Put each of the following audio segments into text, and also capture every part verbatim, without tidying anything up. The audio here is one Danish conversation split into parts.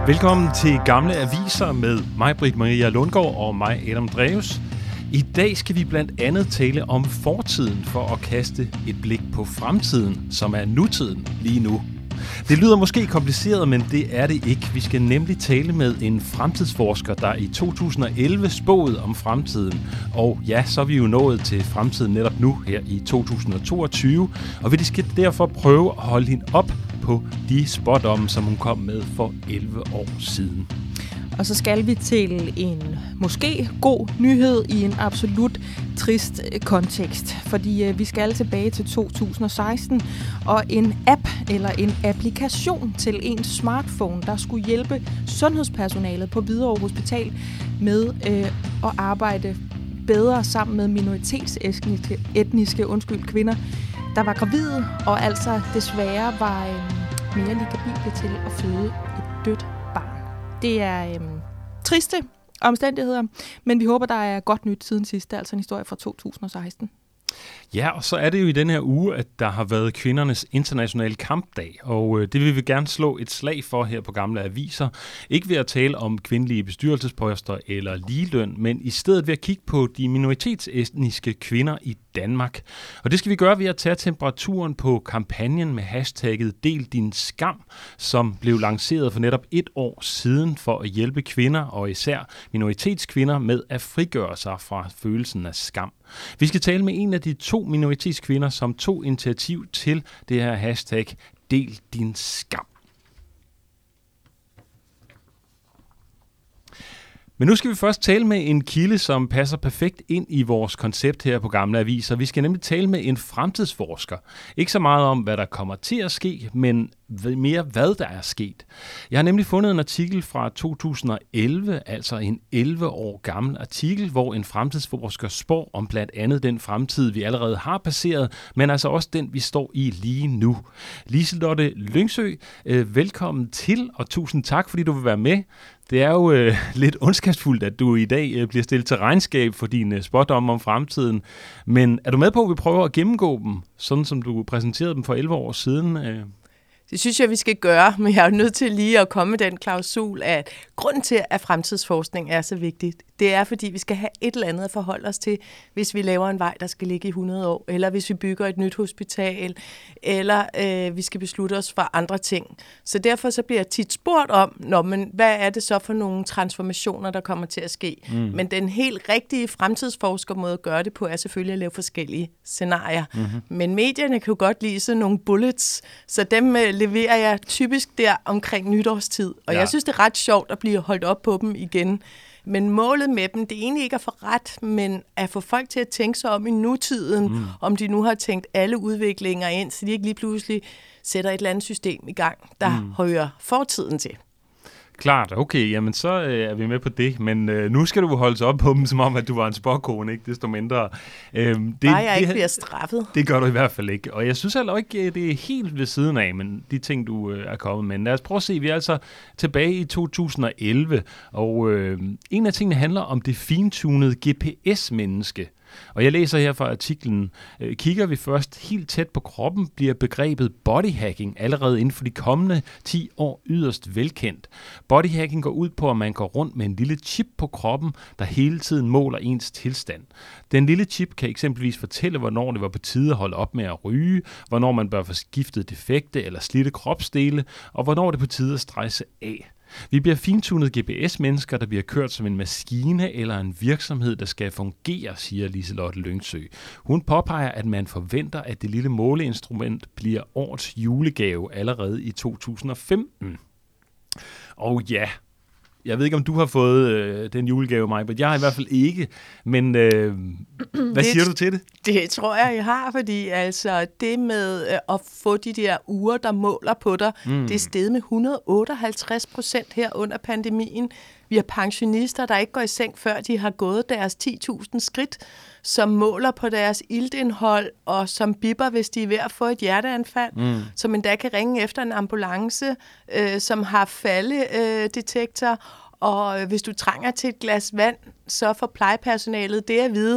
Velkommen til Gamle Aviser med mig, Britt Maria Lundgaard, og mig, Adam Dreves. I dag skal vi blandt andet tale om fortiden for at kaste et blik på fremtiden, som er nutiden lige nu. Det lyder måske kompliceret, men det er det ikke. Vi skal nemlig tale med en fremtidsforsker, der i to tusind og elleve spåede om fremtiden. Og ja, så er vi jo nået til fremtiden netop nu her i to tusind og toogtyve, og vi skal derfor prøve at holde hende op på de spådomme, som hun kom med for elleve år siden. Og så skal vi til en måske god nyhed i en absolut trist kontekst, fordi øh, vi skal tilbage til to tusind og seksten, og en app eller en applikation til ens smartphone, der skulle hjælpe sundhedspersonalet på Hvidovre Hospital med øh, at arbejde bedre sammen med minoritetsetniske etniske, undskyld, kvinder, der var gravide og altså desværre var øh, mere lige kapable til at føde et dødt barn. Det er øh, triste omstændigheder, men vi håber, der er godt nyt siden sidst. Det er altså en historie fra to tusind og seksten. Ja, og så er det jo i den her uge, at der har været kvindernes internationale kampdag, og det vil vi gerne slå et slag for her på Gamle Aviser. Ikke ved at tale om kvindelige bestyrelsesposter eller ligeløn, men i stedet ved at kigge på de minoritetsetniske kvinder i Danmark. Og det skal vi gøre ved at tage temperaturen på kampagnen med hashtagget Del din skam, som blev lanceret for netop et år siden for at hjælpe kvinder og især minoritetskvinder med at frigøre sig fra følelsen af skam. Vi skal tale med en af de to minoritetskvinder, som tog initiativ til det her hashtag Del din skam. Men nu skal vi først tale med en kilde, som passer perfekt ind i vores koncept her på Gamle Aviser. Vi skal nemlig tale med en fremtidsforsker. Ikke så meget om, hvad der kommer til at ske, men mere hvad der er sket. Jeg har nemlig fundet en artikel fra to tusind og elleve, altså en elleve år gammel artikel, hvor en fremtidsforsker spår om blandt andet den fremtid, vi allerede har passeret, men altså også den, vi står i lige nu. Liselotte Lyngsø, øh, velkommen til, og tusind tak, fordi du vil være med. Det er jo øh, lidt ondskabsfuldt, at du i dag øh, bliver stillet til regnskab for dine spådomme om fremtiden. Men er du med på, at vi prøver at gennemgå dem, sådan som du præsenterede dem for elleve år siden? Øh? Det synes jeg, vi skal gøre, men jeg er nødt til lige at komme med den klausul, at grunden til, at fremtidsforskning er så vigtigt, det er, fordi vi skal have et eller andet at forholde os til, hvis vi laver en vej, der skal ligge i hundrede år, eller hvis vi bygger et nyt hospital, eller øh, vi skal beslutte os for andre ting. Så derfor så bliver jeg tit spurgt om, Nå, men hvad er det så for nogle transformationer, der kommer til at ske? Mm. Men den helt rigtige fremtidsforskermåde at gøre det på, er selvfølgelig at lave forskellige scenarier. Mm-hmm. Men medierne kan jo godt lide sådan nogle bullets, så dem øh, leverer jeg typisk der omkring nytårstid. Og ja. Jeg synes, det er ret sjovt at blive holdt op på dem igen. Men målet med dem, det er egentlig ikke at få ret, men at få folk til at tænke sig om i nutiden, mm. om de nu har tænkt alle udviklinger ind, så de ikke lige pludselig sætter et eller andet system i gang, der mm. hører fortiden til. Klart, okay, jamen så øh, er vi med på det, men øh, nu skal du holde sig op på dem, som om, at du var en spåkone, ikke desto mindre. Øhm, det, Bare jeg det, ikke bliver straffet. Det gør du i hvert fald ikke, og jeg synes heller ikke, det er helt ved siden af, men de ting, du øh, er kommet med. Lad os prøve at se, vi er altså tilbage i to tusind og elleve, og øh, en af tingene handler om det fintunede G P S-menneske. Og jeg læser her fra artiklen, øh, kigger vi først helt tæt på kroppen, bliver begrebet bodyhacking allerede inden for de kommende ti år yderst velkendt. Bodyhacking går ud på, at man går rundt med en lille chip på kroppen, der hele tiden måler ens tilstand. Den lille chip kan eksempelvis fortælle, hvornår det var på tide at holde op med at ryge, hvornår man bør få skiftet defekte eller slidte kropsdele, og hvornår det er på tide at stresse af. Vi bliver fintunede G P S-mennesker, der bliver kørt som en maskine eller en virksomhed, der skal fungere, siger Liselotte Lyngsø. Hun påpeger, at man forventer, at det lille måleinstrument bliver årets julegave allerede i to tusind og femten. Og ja, jeg ved ikke, om du har fået øh, den julegave, Maj, men jeg har i hvert fald ikke. Men øh, hvad det, siger du til det? Det tror jeg, jeg har, fordi altså det med øh, at få de der uger, der måler på dig, mm. det er steget med et hundrede og otteoghalvtreds procent her under pandemien. Vi har pensionister, der ikke går i seng, før de har gået deres ti tusind skridt, som måler på deres iltindhold, og som bipper, hvis de er ved at få et hjerteanfald, mm. som endda kan ringe efter en ambulance, øh, som har faldedetektor, og hvis du trænger til et glas vand, så får plejepersonalet det at vide,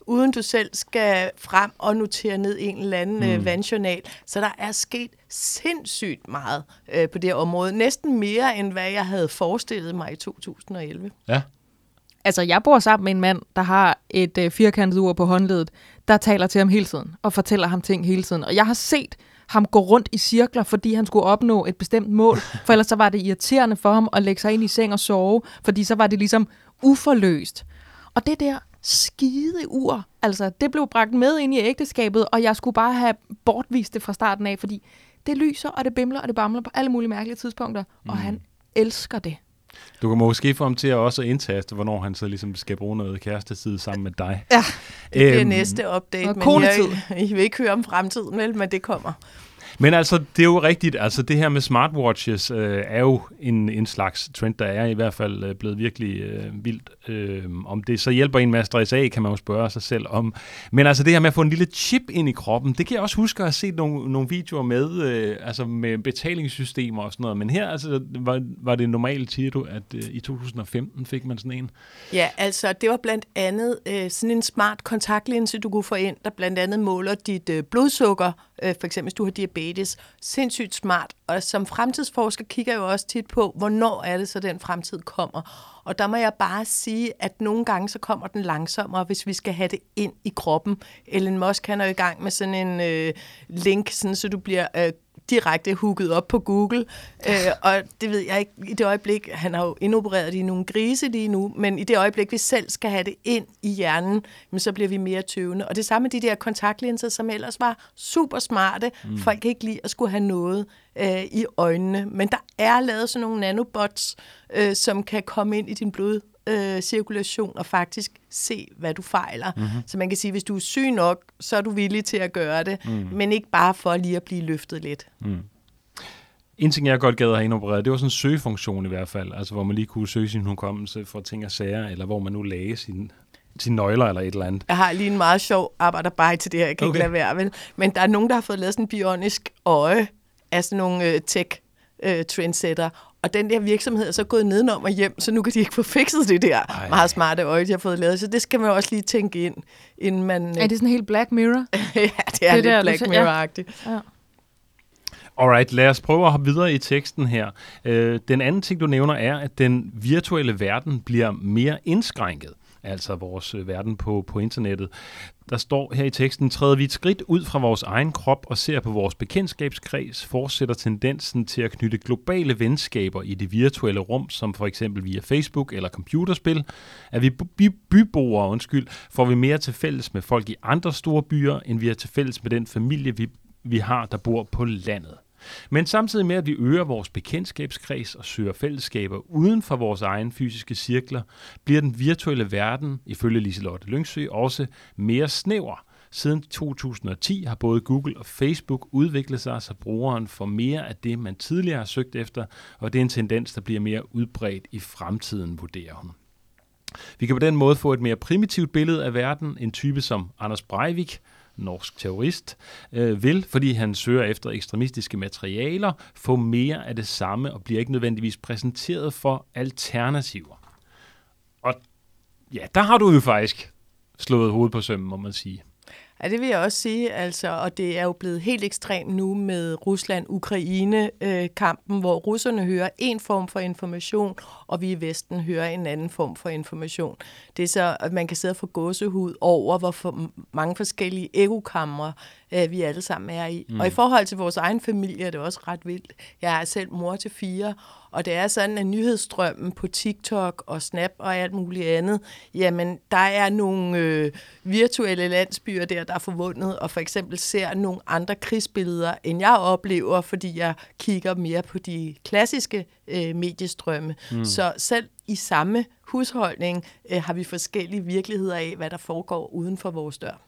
uden du selv skal frem og notere ned en eller anden mm. øh, vandjournal. Så der er sket sindssygt meget øh, på det her område. Næsten mere, end hvad jeg havde forestillet mig i to tusind og elleve. Ja. Altså, jeg bor sammen med en mand, der har et øh, firkantet ur på håndledet, der taler til ham hele tiden og fortæller ham ting hele tiden. Og jeg har set ham gå rundt i cirkler, fordi han skulle opnå et bestemt mål, for ellers så var det irriterende for ham at lægge sig ind i seng og sove, fordi så var det ligesom uforløst. Og det der skide ur, altså, det blev bragt med ind i ægteskabet, og jeg skulle bare have bortvist det fra starten af, fordi det lyser, og det bimler, og det bamler på alle mulige mærkelige tidspunkter, mm. og han elsker det. Du kan måske få ham til at også indtaste, hvornår han så ligesom skal bruge noget kærestestid sammen med dig. Ja, det bliver æm, næste update, men konetid. I, I vil ikke høre om fremtiden, vel, men det kommer. Men altså, det er jo rigtigt, altså det her med smartwatches øh, er jo en, en slags trend, der er i hvert fald øh, blevet virkelig øh, vildt. Øh, om det så hjælper en med at stresse af, kan man jo spørge sig selv om. Men altså det her med at få en lille chip ind i kroppen, det kan jeg også huske at have set nogle, nogle videoer med, øh, altså med betalingssystemer og sådan noget. Men her altså, var, var det normalt, siger du, at øh, i to tusind og femten fik man sådan en? Ja, altså det var blandt andet øh, sådan en smart kontaktlinse, du kunne få ind, der blandt andet måler dit øh, blodsukker, øh, for eksempel hvis du har diabetes. Sindssygt smart, og som fremtidsforsker kigger jeg jo også tit på, hvornår er det så den fremtid kommer. Og der må jeg bare sige, at nogle gange så kommer den langsommere, hvis vi skal have det ind i kroppen. Elon Musk han er jo i gang med sådan en øh, link, sådan, så du bliver øh, direkte hooket op på Google. Øh, og det ved jeg ikke i det øjeblik, han har jo indopereret det i nogle grise lige nu, men i det øjeblik, vi selv skal have det ind i hjernen, så bliver vi mere tøvende. Og det samme med de der kontaktlinser, som ellers var super smarte. Mm. Folk kan ikke lide at skulle have noget øh, i øjnene. Men der er lavet sådan nogle nanobots, øh, som kan komme ind i din blod. Øh, cirkulation og faktisk se, hvad du fejler. Mm-hmm. Så man kan sige, hvis du er syg nok, så er du villig til at gøre det, mm. men ikke bare for lige at blive løftet lidt. Mm. En ting, jeg godt gad at have indopereret, det var sådan en søgefunktion i hvert fald, altså hvor man lige kunne søge sin hukommelse for ting og sager, eller hvor man nu lagde sin, sine nøgler eller et eller andet. Jeg har lige en meget sjov arbejderbej til det her, jeg kan okay. ikke lade være, vel? Men der er nogen, der har fået lavet sådan en bionisk øje af sådan nogle øh, tech øh, trendsetter, og den der virksomhed er så gået nedenom og hjem, så nu kan de ikke få fikset det der Ej. meget smarte øje, de har fået lavet. Så det skal man jo også lige tænke ind, inden man... Er det sådan helt Black Mirror? ja, det er det lidt der, Black Mirror-agtigt. Ja. Ja. Alright, lad os prøve at hoppe videre i teksten her. Øh, den anden ting, du nævner, er, at den virtuelle verden bliver mere indskrænket. Altså vores øh, verden på, på internettet. Der står her i teksten, træder vi et skridt ud fra vores egen krop og ser på vores bekendtskabskreds, fortsætter tendensen til at knytte globale venskaber i det virtuelle rum, som for eksempel via Facebook eller computerspil. Er vi by- byboere, undskyld, får vi mere til fælles med folk i andre store byer, end vi har til fælles med den familie, vi, vi har, der bor på landet. Men samtidig med, at vi øger vores bekendtskabskreds og søger fællesskaber uden for vores egen fysiske cirkler, bliver den virtuelle verden, ifølge Liselotte Lyngsø, også mere snæver. Siden to tusind og ti har både Google og Facebook udviklet sig, så brugeren får mere af det, man tidligere har søgt efter, og det er en tendens, der bliver mere udbredt i fremtiden, vurderer hun. Vi kan på den måde få et mere primitivt billede af verden, en type som Anders Breivik, norsk terrorist, øh, vil, fordi han søger efter ekstremistiske materialer, få mere af det samme og bliver ikke nødvendigvis præsenteret for alternativer. Og ja, der har du jo faktisk slået hovedet på sømmen, må man sige. Ja, det vil jeg også sige, altså, og det er jo blevet helt ekstremt nu med Rusland-Ukraine-kampen, hvor russerne hører en form for information, og vi i Vesten hører en anden form for information. Det er så, at man kan sidde og få gåsehud over, hvor for mange forskellige ekokamre øh, vi alle sammen er i. Mm. Og i forhold til vores egen familie er det også ret vildt. Jeg er selv mor til fire, og det er sådan, at nyhedsstrømmen på TikTok og Snap og alt muligt andet, jamen, der er nogle øh, virtuelle landsbyer der, der er forvundet, og for eksempel ser nogle andre krigsbilleder, end jeg oplever, fordi jeg kigger mere på de klassiske øh, mediestrømme. Mm. Så selv i samme husholdning øh, har vi forskellige virkeligheder af, hvad der foregår uden for vores dør.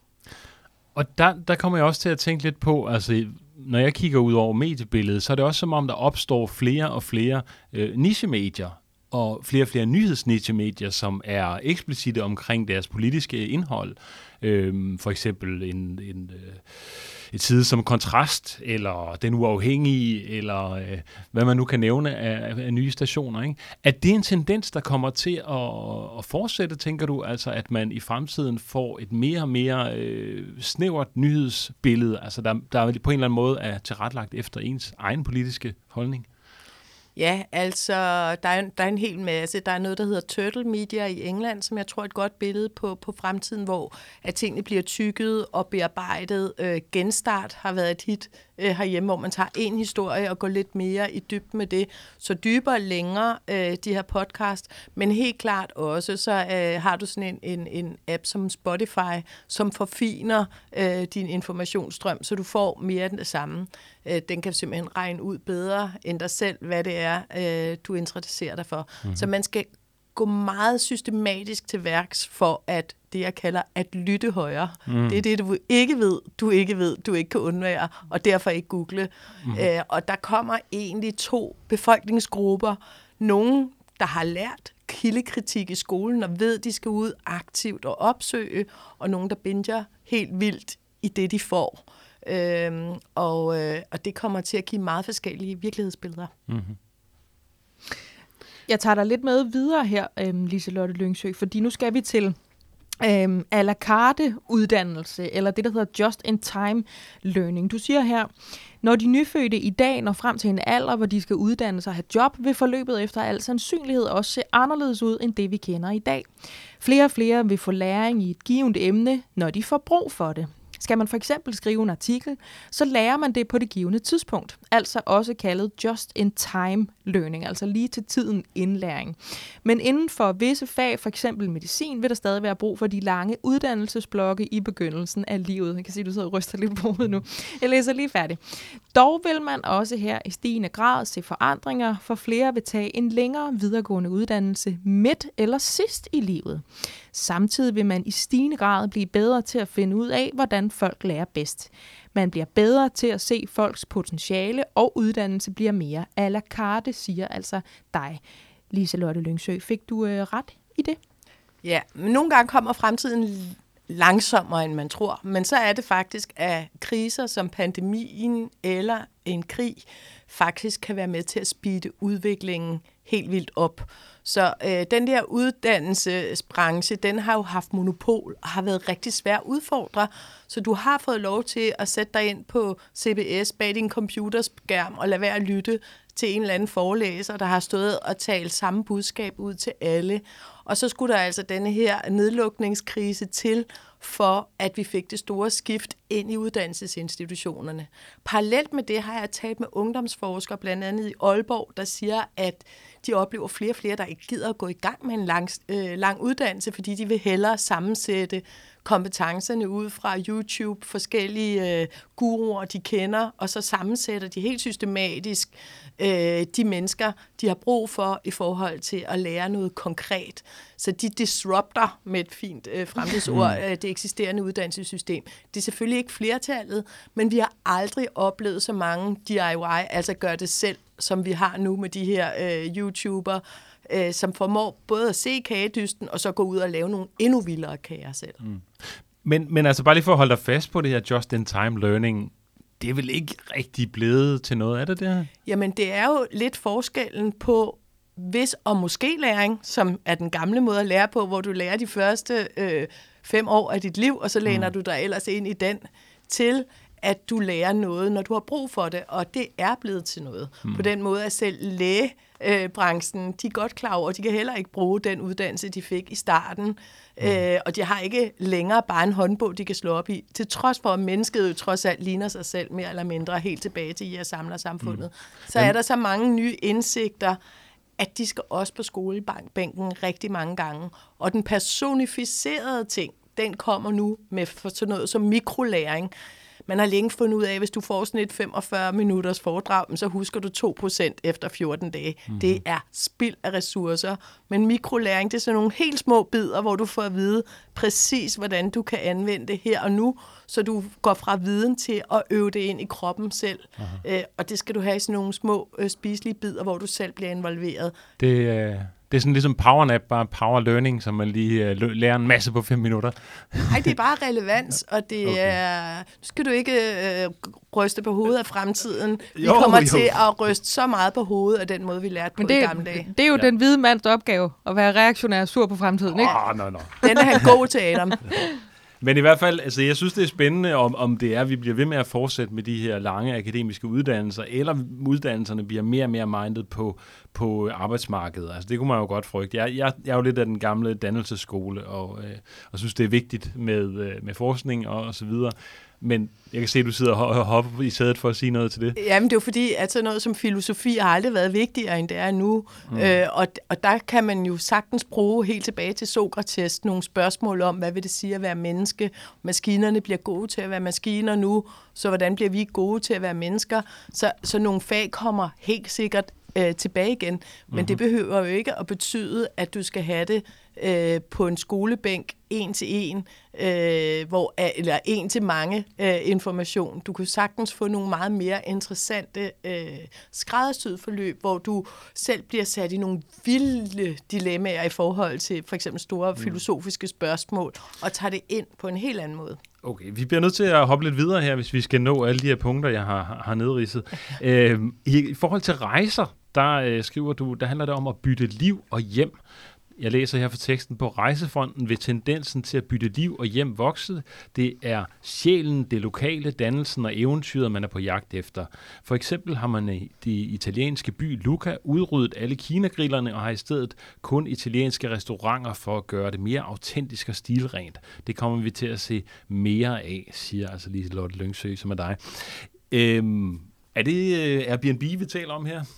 Og der, der kommer jeg også til at tænke lidt på, altså når jeg kigger ud over mediebilledet, så er det også som om, der opstår flere og flere øh, nichemedier, og flere og flere nyhedsniche-medier, som er eksplicite omkring deres politiske indhold. Øhm, for eksempel en, en, øh, et side som Kontrast, eller Den Uafhængige, eller øh, hvad man nu kan nævne af, af nye stationer. Ikke? Er det en tendens, der kommer til at, at fortsætte, tænker du? Altså, at man i fremtiden får et mere og mere øh, snævert nyhedsbillede, altså der, der på en eller anden måde er tilrettelagt efter ens egen politiske holdning? Ja, altså, der er, der er en hel masse. Der er noget, der hedder Turtle Media i England, som jeg tror er et godt billede på, på fremtiden, hvor at tingene bliver tykket og bearbejdet. Øh, Genstart har været et hit øh, herhjemme, hvor man tager en historie og går lidt mere i dybden med det. Så dybere længere, øh, de her podcast. Men helt klart også, så øh, har du sådan en, en, en app som Spotify, som forfiner øh, din informationsstrøm, så du får mere af det samme. Øh, den kan simpelthen regne ud bedre end dig selv, hvad det er, øh, du interesserer dig for. Mm-hmm. Så man skal gå meget systematisk til værks for at det, jeg kalder at lytte højere. Mm. Det er det, du ikke ved, du ikke ved, du ikke kan undvære, og derfor ikke google. Mm. Øh, og der kommer egentlig to befolkningsgrupper. Nogle, der har lært kildekritik i skolen og ved, de skal ud aktivt og opsøge, og nogen, der binger helt vildt i det, de får. Øhm, og, øh, og det kommer til at give meget forskellige virkelighedsbilleder. Mm-hmm. Jeg tager dig lidt med videre her, øhm, Liselotte Lyngsø, fordi nu skal vi til øhm, à la carte uddannelse, eller det, der hedder just-in-time learning. Du siger her, når de nyfødte i dag når frem til en alder, hvor de skal uddanne sig og have job, vil forløbet efter al sandsynlighed også se anderledes ud, end det vi kender i dag. Flere og flere vil få læring i et givet emne, når de får brug for det. Skal man for eksempel skrive en artikel, så lærer man det på det givne tidspunkt, altså også kaldet just-in-time learning, altså lige til tiden indlæring. Men inden for visse fag, for eksempel medicin, vil der stadig være brug for de lange uddannelsesblokke i begyndelsen af livet. Jeg kan se, at du sidder og ryster lidt på hovedet nu. Jeg læser lige færdig. Dog vil man også her i stigende grad se forandringer, for flere vil tage en længere videregående uddannelse midt eller sidst i livet. Samtidig vil man i stigende grad blive bedre til at finde ud af, hvordan folk lærer bedst. Man bliver bedre til at se folks potentiale, og uddannelse bliver mere à la carte, siger altså dig. Liselotte Lyngsø, fik du øh, ret i det? Ja, men nogle gange kommer fremtiden langsommere, end man tror. Men så er det faktisk, at kriser som pandemien eller en krig faktisk kan være med til at speede udviklingen helt vildt op. Så øh, den der uddannelsesbranche, den har jo haft monopol og har været rigtig svær at udfordre. Så du har fået lov til at sætte dig ind på C B S bag din computerskærm og lade være at lytte til en eller anden forelæser, der har stået og talt samme budskab ud til alle. Og så skulle der altså denne her nedlukningskrise til, for at vi fik det store skift ind i uddannelsesinstitutionerne. Parallelt med det har jeg talt med ungdomsforskere, blandt andet i Aalborg, der siger, at de oplever flere og flere, der ikke gider at gå i gang med en lang, øh, lang uddannelse, fordi de vil hellere sammensætte kompetencerne ud fra YouTube, forskellige øh, guruer, de kender, og så sammensætter de helt systematisk øh, de mennesker, de har brug for i forhold til at lære noget konkret. Så de disrupter, med et fint øh, fremtidsord, øh, det eksisterende uddannelsessystem. Det er selvfølgelig ikke flertallet, men vi har aldrig oplevet så mange D I Y, altså gør det selv, som vi har nu med de her øh, YouTuber, øh, som formår både at se kagedysten, og så gå ud og lave nogle endnu vildere kager selv. Mm. Men, men altså bare lige for at holde dig fast på det her just-in-time learning, det er vel ikke rigtig blevet til noget af det der? Jamen, det er jo lidt forskellen på hvis og måske læring, som er den gamle måde at lære på, hvor du lærer de første øh, fem år af dit liv, og så læner mm. du dig ellers ind i den, til at du lærer noget, når du har brug for det, og det er blevet til noget. Mm. På den måde er selv lægebranchen, de er godt klar over, og de kan heller ikke bruge den uddannelse, de fik i starten, mm. øh, og de har ikke længere bare en håndbog, de kan slå op i, til trods for, at mennesket jo trods alt ligner sig selv mere eller mindre helt tilbage til I og samlersamfundet. Mm. Så er der så mange nye indsigter, at de skal også på skolebænken rigtig mange gange. Og den personificerede ting, den kommer nu med sådan noget som mikrolæring. Man har længe fundet ud af, at hvis du får sådan et femogfyrre minutters foredrag, så husker du to procent efter fjorten dage. Mm-hmm. Det er spild af ressourcer. Men mikrolæring, det er sådan nogle helt små bidder, hvor du får at vide præcis, hvordan du kan anvende det her og nu, så du går fra viden til at øve det ind i kroppen selv. Uh-huh. Øh, og det skal du have i sådan nogle små øh, spiselige bidder, hvor du selv bliver involveret. Det, øh, Det er sådan ligesom powernap, bare power learning, som man lige uh, lærer en masse på fem minutter. Nej, det er bare relevans, og det okay. er... Nu skal du ikke øh, ryste på hovedet af fremtiden. Vi jo, kommer jo. til at ryste så meget på hovedet af den måde, vi lærte på det, i gamle dage. Det er jo ja. den hvide mands opgave, at være reaktionær og sur på fremtiden, ikke? Åh, oh, no, no. Den er han god til, Adam. Men i hvert fald, altså jeg synes, det er spændende, om, om det er, at vi bliver ved med at fortsætte med de her lange akademiske uddannelser, eller uddannelserne bliver mere og mere mindet på, på arbejdsmarkedet. Altså det kunne man jo godt frygte. Jeg, jeg, jeg er jo lidt af den gamle dannelsesskole, og, øh, og synes, det er vigtigt med, øh, med forskning og, og så videre. Men jeg kan se, at du sidder og hopper i sædet for at sige noget til det. Jamen, det er jo fordi, at sådan noget som filosofi har aldrig været vigtigere, end det er nu. Mm. Øh, og, og der kan man jo sagtens bruge helt tilbage til Sokrates nogle spørgsmål om, hvad vil det sige at være menneske? Maskinerne bliver gode til at være maskiner nu, så hvordan bliver vi gode til at være mennesker? Så, så nogle fag kommer helt sikkert øh, tilbage igen. Men mm-hmm. det behøver jo ikke at betyde, at du skal have det øh, på en skolebænk en til en, øh, hvor, eller en til mange øh, information. Du kan sagtens få nogle meget mere interessante øh, skræddersyede forløb, hvor du selv bliver sat i nogle vilde dilemmaer i forhold til for eksempel store mm. filosofiske spørgsmål, og tager det ind på en helt anden måde. Okay, vi bliver nødt til at hoppe lidt videre her, hvis vi skal nå alle de her punkter, jeg har, har nedridset. øh, i, I forhold til rejser, der øh, skriver du, der handler det om at bytte liv og hjem. Jeg læser her fra teksten: på rejsefronten vil tendensen til at bytte liv og hjem vokse. Det er sjælen, det lokale, dannelsen og eventyret, man er på jagt efter. For eksempel har man i de italienske by Lucca udryddet alle kinagrillerne og har i stedet kun italienske restauranter for at gøre det mere autentisk og stilrent. Det kommer vi til at se mere af, siger altså Liselotte Lyngsø, som er dig. Øhm, er det Airbnb, vi taler om her?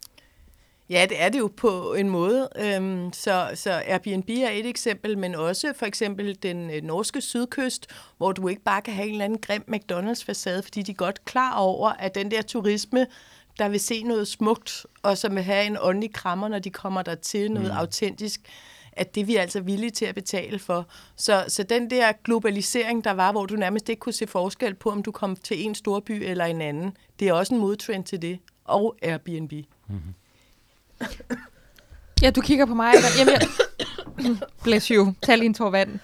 Ja, det er det jo på en måde. Øhm, så, så Airbnb er et eksempel, men også for eksempel den øh, norske sydkyst, hvor du ikke bare kan have en eller anden grim McDonald's-facade, fordi de er godt klar over, at den der turisme, der vil se noget smukt, og som vil have en åndelig krammer, når de kommer der til noget mm. autentisk, at det er vi altså villige til at betale for. Så, så den der globalisering, der var, hvor du nærmest ikke kunne se forskel på, om du kom til en storby eller en anden, det er også en modtrend til det, og Airbnb. Mm-hmm. Ja, du kigger på mig. Jamen, jeg... Bless you. Tag lige en tår vand.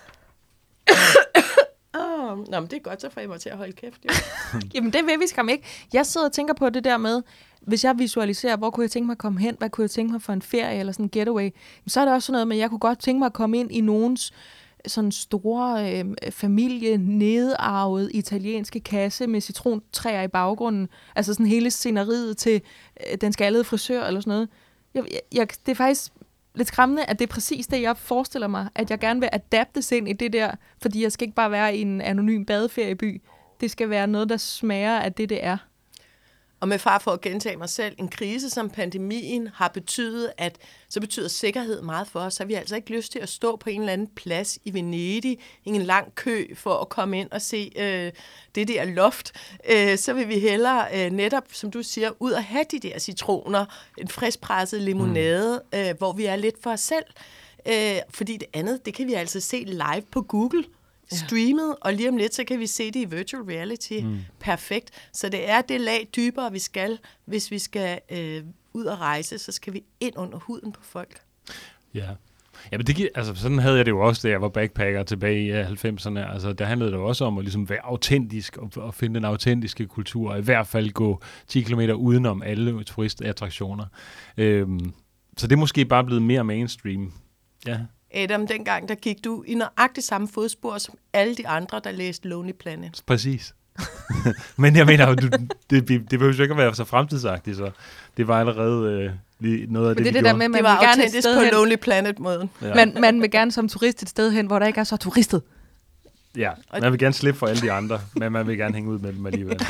oh, nå, men det er godt, så får jeg mig til at holde kæft. Ja. Jamen, det vil vi skam ikke. Jeg sidder og tænker på det der med, hvis jeg visualiserer, hvor kunne jeg tænke mig at komme hen, hvad kunne jeg tænke mig for en ferie eller sådan en getaway, så er det også sådan noget med, at jeg kunne godt tænke mig at komme ind i nogens sådan store øh, familie nedarvede italienske kasse med citrontræer i baggrunden. Altså sådan hele sceneriet til øh, den skaldede frisør eller sådan noget. Jeg, jeg, det er faktisk lidt skræmmende, at det er præcis det, jeg forestiller mig, at jeg gerne vil adaptes ind i det der, fordi jeg skal ikke bare være i en anonym badeferieby. Det skal være noget, der smager af det, det er. Og med far for at gentage mig selv, en krise som pandemien har betydet, at så betyder sikkerhed meget for os. Så har vi altså ikke lyst til at stå på en eller anden plads i Venedig, i en lang kø for at komme ind og se øh, det der loft. Øh, så vil vi hellere øh, netop, som du siger, ud og have de der citroner, en friskpresset limonade, mm. øh, hvor vi er lidt for os selv. Øh, fordi det andet, det kan vi altså se live på Google. Streamet, og lige om lidt, så kan vi se det i virtual reality. Mm. Perfekt. Så det er det lag dybere, vi skal. Hvis vi skal øh, ud og rejse, så skal vi ind under huden på folk. Ja. Ja, men det giver, altså, sådan havde jeg det jo også, da jeg var backpacker tilbage i halvfemserne. Altså, der handlede det jo også om at ligesom være autentisk og, og finde den autentiske kultur, og i hvert fald gå ti kilometer udenom alle turistattraktioner. Øhm, så det er måske bare blevet mere mainstream. Ja. Adam, dengang der gik du i nøjagtigt samme fodspor som alle de andre, der læste Lonely Planet. Præcis. Men jeg mener, du, det, det behøver jo ikke at være så fremtidsagtigt, så det var allerede øh, lige noget af Men det, det, det vi der gjorde. med, man det var vil gerne autentisk på hen. Lonely Planet-måden. Ja. Man, man vil gerne som turist et sted hen, hvor der ikke er så turistet. Ja, man vil gerne slippe for alle de andre, men man vil gerne hænge ud med dem alligevel.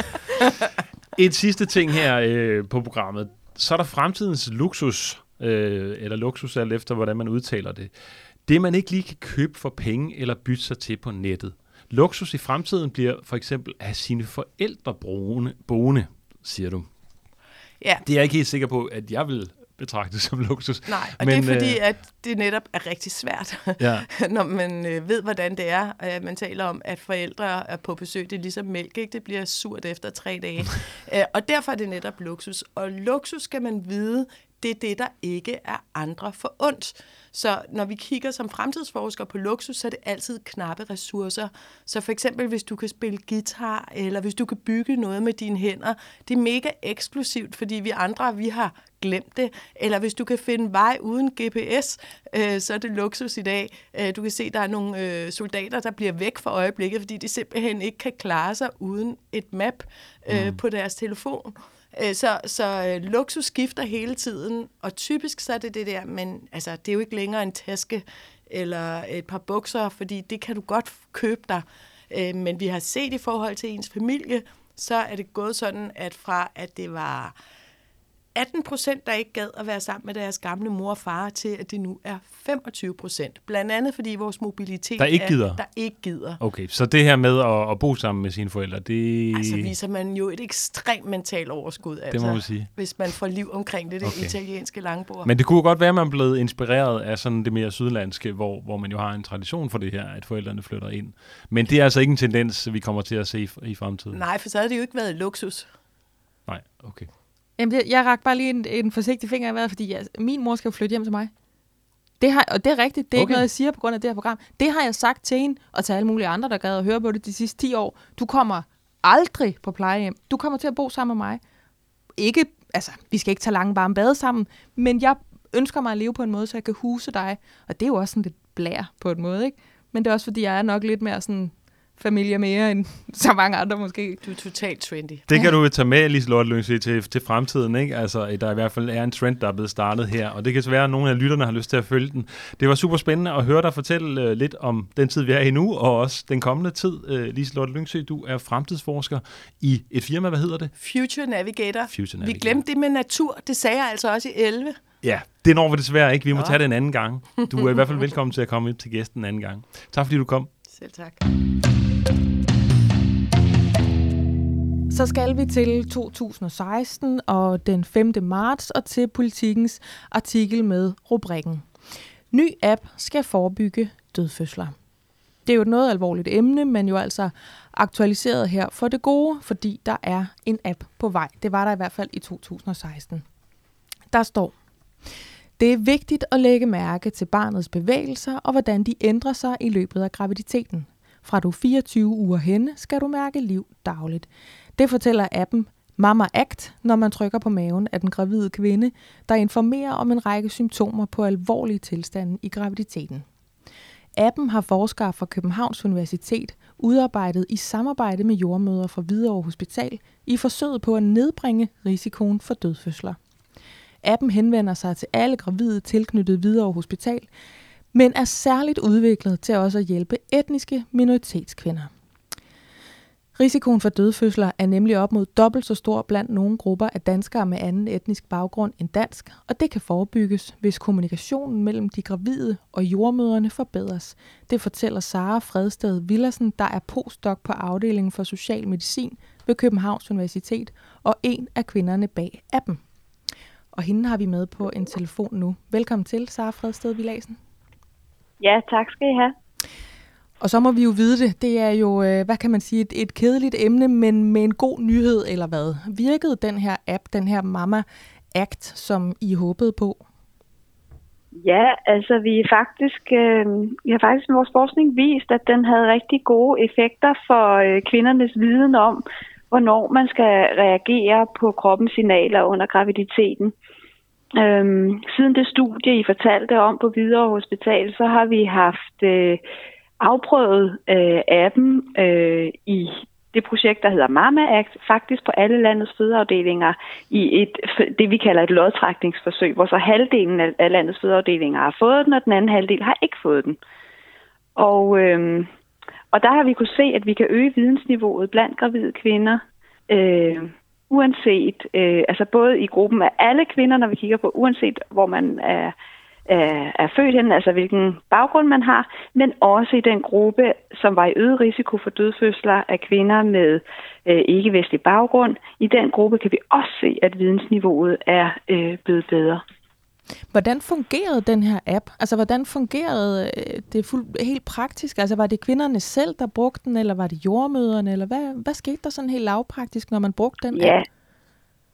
Et sidste ting her øh, på programmet. Så er der fremtidens luksus, øh, eller luksus alt efter, hvordan man udtaler det. Det, man ikke lige kan købe for penge eller bytte sig til på nettet. Luksus i fremtiden bliver for eksempel at have sine forældre boende, boende, siger du. Ja. Det er jeg ikke helt sikker på, at jeg vil betragte som luksus. Nej, og men, det er fordi, øh, at det netop er rigtig svært, ja. når man øh, ved, hvordan det er. Øh, man taler om, at forældre er på besøg. Det er ligesom mælk, ikke? Det bliver surt efter tre dage. øh, og derfor er det netop luksus. Og luksus skal man vide, det er det, der ikke er andre for ondt. Så når vi kigger som fremtidsforskere på luksus, så er det altid knappe ressourcer. Så for eksempel, hvis du kan spille guitar, eller hvis du kan bygge noget med dine hænder, det er mega eksklusivt, fordi vi andre, vi har glemt det. Eller hvis du kan finde vej uden G P S, øh, så er det luksus i dag. Øh, du kan se, der er nogle øh, soldater, der bliver væk for øjeblikket, fordi de simpelthen ikke kan klare sig uden et map øh, mm. på deres telefon. Så, så øh, luksus skifter hele tiden, og typisk så er det det der, men altså, det er jo ikke længere en taske eller et par bukser, fordi det kan du godt købe dig. Øh, men vi har set i forhold til ens familie, så er det gået sådan, at fra at det var atten procent, der ikke gad at være sammen med deres gamle mor og far, til at det nu er femogtyve procent. Blandt andet fordi vores mobilitet der ikke gider. Er, der ikke gider. Okay, så det her med at, at bo sammen med sine forældre, det... Altså viser man jo et ekstremt mentalt overskud, altså, det må man sige. Hvis man får liv omkring det, det okay. italienske langbord. Men det kunne godt være, at man er blevet inspireret af sådan det mere sydlandske, hvor, hvor man jo har en tradition for det her, at forældrene flytter ind. Men det er altså ikke en tendens, vi kommer til at se i, i fremtiden. Nej, for så havde det jo ikke været luksus. Nej, okay. Jamen, jeg, jeg rakte bare lige en, en forsigtig finger i vejret, fordi jeg, min mor skal jo flytte hjem til mig. Det har, og det er rigtigt. Det er okay. Ikke noget, jeg siger på grund af det her program. Det har jeg sagt til hende, og til alle mulige andre, der gad at høre på det de sidste ti år. Du kommer aldrig på plejehjem. Du kommer til at bo sammen med mig. Ikke, altså, vi skal ikke tage lange varme bade sammen, men jeg ønsker mig at leve på en måde, så jeg kan huse dig. Og det er jo også sådan lidt blær på en måde, ikke? Men det er også, fordi jeg er nok lidt mere sådan... familie mere end så mange andre måske. Du er totalt trendy. Det kan du tage med, Liselotte Lyngsø, til, til fremtiden, ikke? Altså, der i hvert fald er en trend, der er blevet startet her, og det kan så være, at nogle af lytterne har lyst til at følge den. Det var super spændende at høre dig fortælle uh, lidt om den tid, vi er i nu, og også den kommende tid. Uh, Liselotte Lyngsø, du er fremtidsforsker i et firma, hvad hedder det? Future Navigator. Future Navigator. Vi glemte det med natur, det sagde jeg altså også i elleve. Ja, det når vi desværre ikke. Vi må ja. tage det en anden gang. Du er i hvert fald velkommen til at komme ind til gæsten en anden gang. Tak fordi du kom. Selv tak. Så skal vi til to tusind og seksten og den femte marts og til Politikens artikel med rubrikken Ny app skal forebygge dødfødsler. Det er jo et noget alvorligt emne, men jo altså aktualiseret her for det gode, fordi der er en app på vej. Det var der i hvert fald i to tusind og seksten. Der står: Det er vigtigt at lægge mærke til barnets bevægelser og hvordan de ændrer sig i løbet af graviditeten. Fra du er fireogtyve uger henne, skal du mærke liv dagligt. Det fortæller appen Mama Act, når man trykker på maven af den gravide kvinde, der informerer om en række symptomer på alvorlige tilstande i graviditeten. Appen har forskere fra Københavns Universitet udarbejdet i samarbejde med jordemødre fra Hvidovre Hospital i forsøget på at nedbringe risikoen for dødfødsler. Appen henvender sig til alle gravide tilknyttet Hvidovre Hospital, men er særligt udviklet til også at hjælpe etniske minoritetskvinder. Risikoen for dødfødsler er nemlig op mod dobbelt så stor blandt nogle grupper af danskere med anden etnisk baggrund end dansk, og det kan forebygges, hvis kommunikationen mellem de gravide og jordemødrene forbedres. Det fortæller Sara Fredsted Villersen, der er postdoc på afdelingen for social medicin ved Københavns Universitet og en af kvinderne bag appen. Og hende har vi med på en telefon nu. Velkommen til, Sara Fredsted Villersen. Ja, tak skal I have. Og så må vi jo vide det. Det er jo, hvad kan man sige, et, et kedeligt emne, men med en god nyhed, eller hvad? Virkede den her app, den her Mama Act, som I håbede på? Ja, altså vi faktisk, øh, vi har faktisk med vores forskning vist, at den havde rigtig gode effekter for øh, kvindernes viden om, hvornår man skal reagere på kroppens signaler under graviditeten. Øhm, siden det studie, I fortalte om på Hvidovre Hospital, så har vi haft øh, afprøvet øh, appen øh, i det projekt, der hedder Mama Act, faktisk på alle landets fødeafdelinger i et, det vi kalder et lodtrækningsforsøg, hvor så halvdelen af landets fødeafdelinger har fået den, og den anden halvdel har ikke fået den. Og, øh, og der har vi kunne se, at vi kan øge vidensniveauet blandt gravide kvinder, øh, uanset, øh, altså både i gruppen af alle kvinder, når vi kigger på, uanset hvor man er, er, er født hen, altså hvilken baggrund man har, men også i den gruppe, som var i øget risiko for dødfødsler af kvinder med øh, ikke-vestlig baggrund. I den gruppe kan vi også se, at vidensniveauet er øh, blevet bedre. Hvordan fungerede den her app? Altså, hvordan fungerede det fuld, helt praktisk? Altså, var det kvinderne selv, der brugte den, eller var det jordemødrene, eller hvad, hvad skete der sådan helt lavpraktisk, når man brugte den ja. app?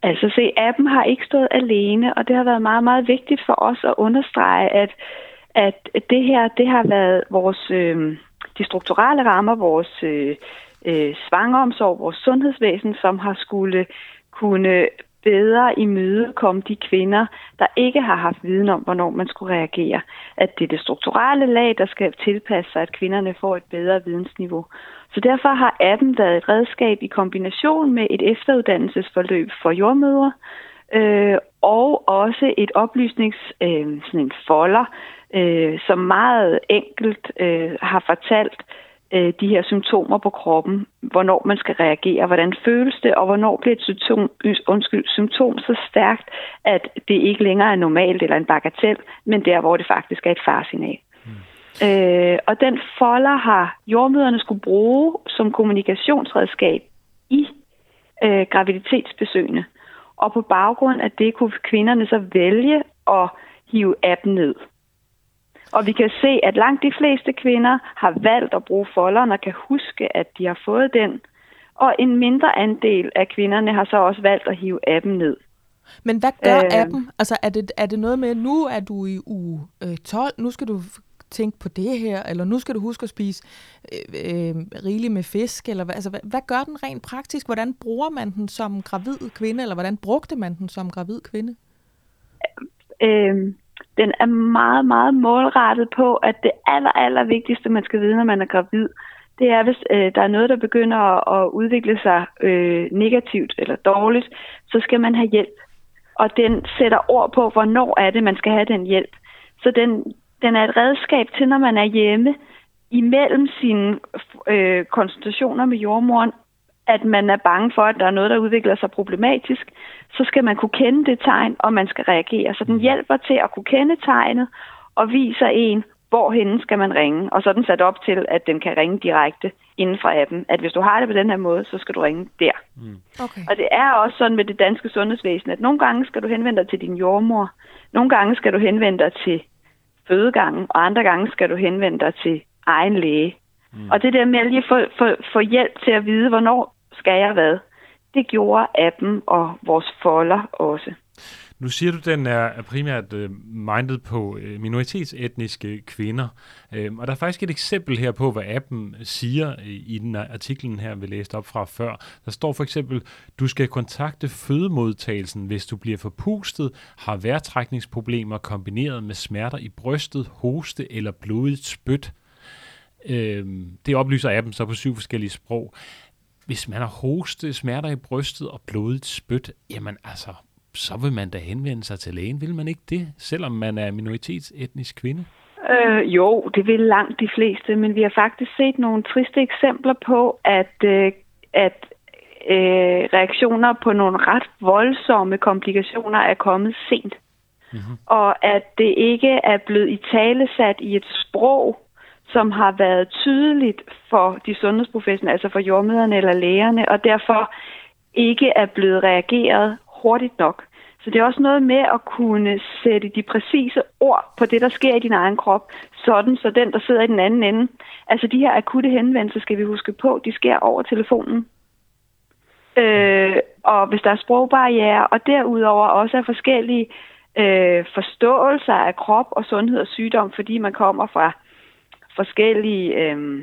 Altså se, appen har ikke stået alene, og det har været meget, meget vigtigt for os at understrege, at, at det her, det har været vores, øh, de strukturelle rammer, vores øh, øh, svangreomsorg, vores sundhedsvæsen, som har skulle kunne bedre imødekomme de kvinder, der ikke har haft viden om, hvornår man skulle reagere. At det er det strukturelle lag, der skal tilpasse sig, at kvinderne får et bedre vidensniveau. Så derfor har appen været et redskab i kombination med et efteruddannelsesforløb for jordmødre, øh, og også et oplysnings, øh, sådan en folder, øh, som meget enkelt øh, har fortalt øh, de her symptomer på kroppen, hvornår man skal reagere, hvordan føles det, og hvornår bliver et symptom, undskyld, symptom så stærkt, at det ikke længere er normalt eller en bagatel, men der, hvor det faktisk er et faresignal. Mm. Øh, og den folder har jordmøderne skulle bruge som kommunikationsredskab i øh, graviditetsbesøgene. Og på baggrund af det kunne kvinderne så vælge at hive appen ned. Og vi kan se, at langt de fleste kvinder har valgt at bruge folderen og kan huske, at de har fået den. Og en mindre andel af kvinderne har så også valgt at hive appen ned. Men hvad gør øh, appen? Altså er det, er det noget med, nu er du i uge tolv, nu skal du tænke på det her, eller nu skal du huske at spise øh, øh, rigeligt med fisk, eller hvad, altså, hvad, hvad gør den rent praktisk? Hvordan bruger man den som gravid kvinde, eller hvordan brugte man den som gravid kvinde? Øh, den er meget, meget målrettet på, at det aller, aller vigtigste, man skal vide, når man er gravid, det er, hvis øh, der er noget, der begynder at, at udvikle sig øh, negativt eller dårligt, så skal man have hjælp. Og den sætter ord på, hvornår er det, man skal have den hjælp. Så den Den er et redskab til, når man er hjemme, imellem sine øh, konsultationer med jordmoren, at man er bange for, at der er noget, der udvikler sig problematisk, så skal man kunne kende det tegn, og man skal reagere. Så den hjælper til at kunne kende tegnet, og viser en, hvorhenne skal man ringe. Og så er den sat op til, at den kan ringe direkte inden fra appen. At hvis du har det på den her måde, så skal du ringe der. Mm. Okay. Og det er også sådan med det danske sundhedsvæsen, at nogle gange skal du henvende dig til din jordmor, nogle gange skal du henvende dig til fødegangen, og andre gange skal du henvende dig til egen læge. Mm. Og det der med at lige få, få, få hjælp til at vide, hvornår skal jeg hvad, det gjorde appen og vores folder også. Nu siger du, at den er primært uh, mindet på uh, minoritetsetniske kvinder. Uh, og der er faktisk et eksempel her på, hvad appen siger uh, i den artiklen her, vi læste op fra før. Der står for eksempel, du skal kontakte fødemodtagelsen, hvis du bliver forpustet, har vejrtrækningsproblemer kombineret med smerter i brystet, hoste eller blodigt spyt. Uh, det oplyser appen så på syv forskellige sprog. Hvis man har hoste, smerter i brystet og blodigt spyt, jamen altså, så vil man da henvende sig til lægen. Vil man ikke det, selvom man er minoritetsetnisk kvinde? Øh, jo, det vil langt de fleste, men vi har faktisk set nogle triste eksempler på, at, øh, at øh, reaktioner på nogle ret voldsomme komplikationer er kommet sent. Mm-hmm. Og at det ikke er blevet italesat i et sprog, som har været tydeligt for de sundhedsprofessionelle, altså for jordmøderne eller lægerne, og derfor ikke er blevet reageret hurtigt nok. Så det er også noget med at kunne sætte de præcise ord på det, der sker i din egen krop, sådan så den, der sidder i den anden ende. Altså de her akutte henvendelser, skal vi huske på, de sker over telefonen. Øh, og hvis der er sprogbarriere, og derudover også er forskellige øh, forståelser af krop og sundhed og sygdom, fordi man kommer fra forskellige øh,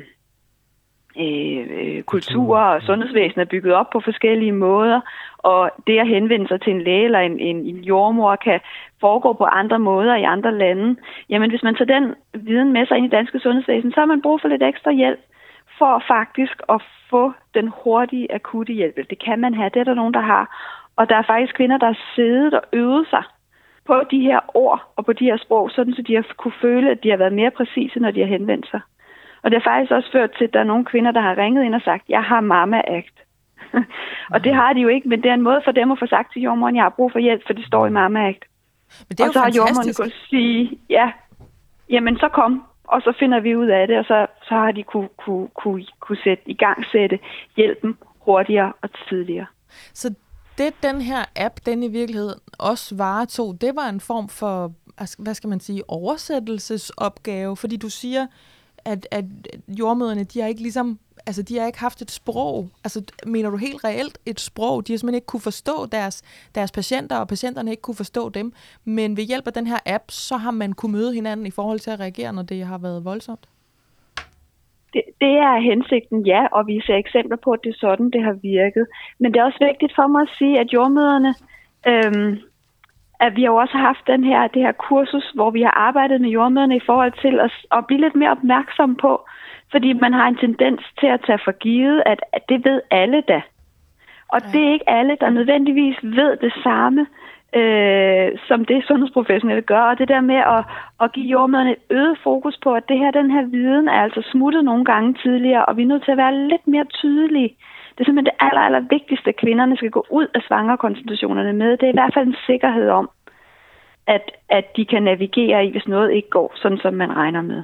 øh, kulturer, og sundhedsvæsenet er bygget op på forskellige måder, og det at henvende sig til en læge eller en, en, en jordmor kan foregå på andre måder i andre lande. Jamen hvis man tager den viden med sig ind i danske sundhedsvæsen, så har man brug for lidt ekstra hjælp for faktisk at få den hurtige, akutte hjælp. Det kan man have, det er der nogen, der har. Og der er faktisk kvinder, der har siddet og øvet sig på de her ord og på de her sprog, sådan så de har kunne føle, at de har været mere præcise, når de har henvendt sig. Og det har faktisk også ført til, at der er nogle kvinder, der har ringet ind og sagt, jeg har Mama-akt. Og det har de jo ikke, men det er en måde for dem at få sagt til jordmoren, jeg har brug for hjælp, for det står i Mama-akt. Og så har jordmoren kunnet sige, ja, jamen så kom, og så finder vi ud af det, og så, så har de kunne, kunne, kunne, kunne sætte, i gang sætte hjælpen hurtigere og tidligere. Så det, den her app, den i virkeligheden også varetog, det var en form for, hvad skal man sige, oversættelsesopgave, fordi du siger, at, at jordmøderne, de har ikke ligesom altså, de har ikke haft et sprog. Altså, mener du helt reelt et sprog? De har simpelthen ikke kunne forstå deres, deres patienter, og patienterne ikke kunne forstå dem. Men ved hjælp af den her app, så har man kunne møde hinanden i forhold til at reagere, når det har været voldsomt. Det, det er hensigten, ja, og vi ser eksempler på, at det er sådan, det har virket. Men det er også vigtigt for mig at sige, at jordemødrene, øhm, at vi har også haft den her, det her kursus, hvor vi har arbejdet med jordemødrene i forhold til at, at blive lidt mere opmærksom på, fordi man har en tendens til at tage for givet, at, at det ved alle da. Og ja. Det er ikke alle, der nødvendigvis ved det samme, øh, som det sundhedsprofessionelle gør. Og det der med at, at give jordemødrene et øget fokus på, at det her, den her viden er altså smuttet nogle gange tidligere, og vi er nødt til at være lidt mere tydelige. Det er simpelthen det aller, aller vigtigste, at kvinderne skal gå ud af svangerkonsultationerne med. Det er i hvert fald en sikkerhed om, at, at de kan navigere i, hvis noget ikke går, sådan som man regner med.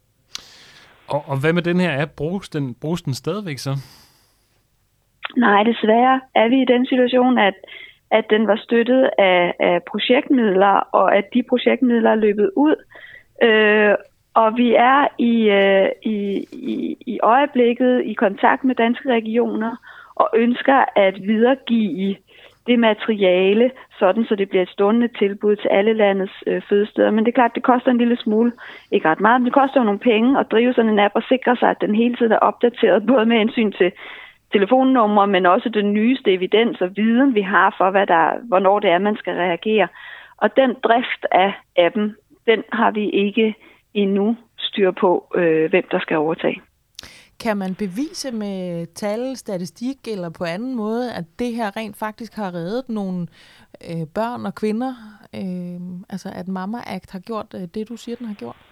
Og, og hvad med den her app? Bruges den, bruges den stadigvæk så? Nej, desværre er vi i den situation, at, at den var støttet af, af projektmidler, og at de projektmidler er løbet ud. Øh, og vi er i, øh, i, i, i øjeblikket i kontakt med danske regioner og ønsker at videregive det materiale, sådan så det bliver et stående tilbud til alle landets øh, fødesteder. Men det er klart, det koster en lille smule, ikke ret meget, men det koster jo nogle penge at drive sådan en app og sikre sig, at den hele tiden er opdateret, både med hensyn til telefonnumre, men også den nyeste evidens og viden, vi har for, hvad der, hvornår det er, man skal reagere. Og den drift af appen, den har vi ikke endnu styr på, øh, hvem der skal overtage. Kan man bevise med tal, statistik eller på anden måde, at det her rent faktisk har reddet nogle øh, børn og kvinder? Øh, altså at Mama Act har gjort øh, det, du siger, den har gjort?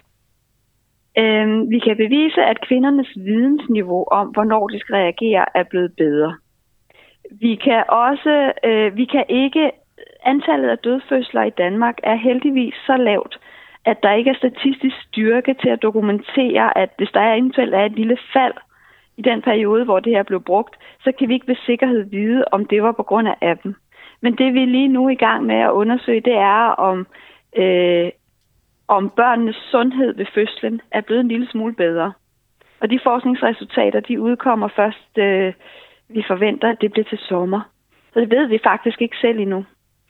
Øhm, vi kan bevise, at kvindernes vidensniveau om, hvornår de skal reagere, er blevet bedre. Vi kan også, øh, vi kan ikke, antallet af dødfødsler i Danmark er heldigvis så lavt, at der ikke er statistisk styrke til at dokumentere, at hvis der eventuelt er et lille fald i den periode, hvor det her blev brugt, så kan vi ikke ved sikkerhed vide, om det var på grund af appen. Men det vi er lige nu i gang med at undersøge, det er, om, øh, om børnenes sundhed ved fødslen er blevet en lille smule bedre. Og de forskningsresultater, de udkommer først, øh, vi forventer, at det bliver til sommer. Så det ved vi faktisk ikke selv endnu.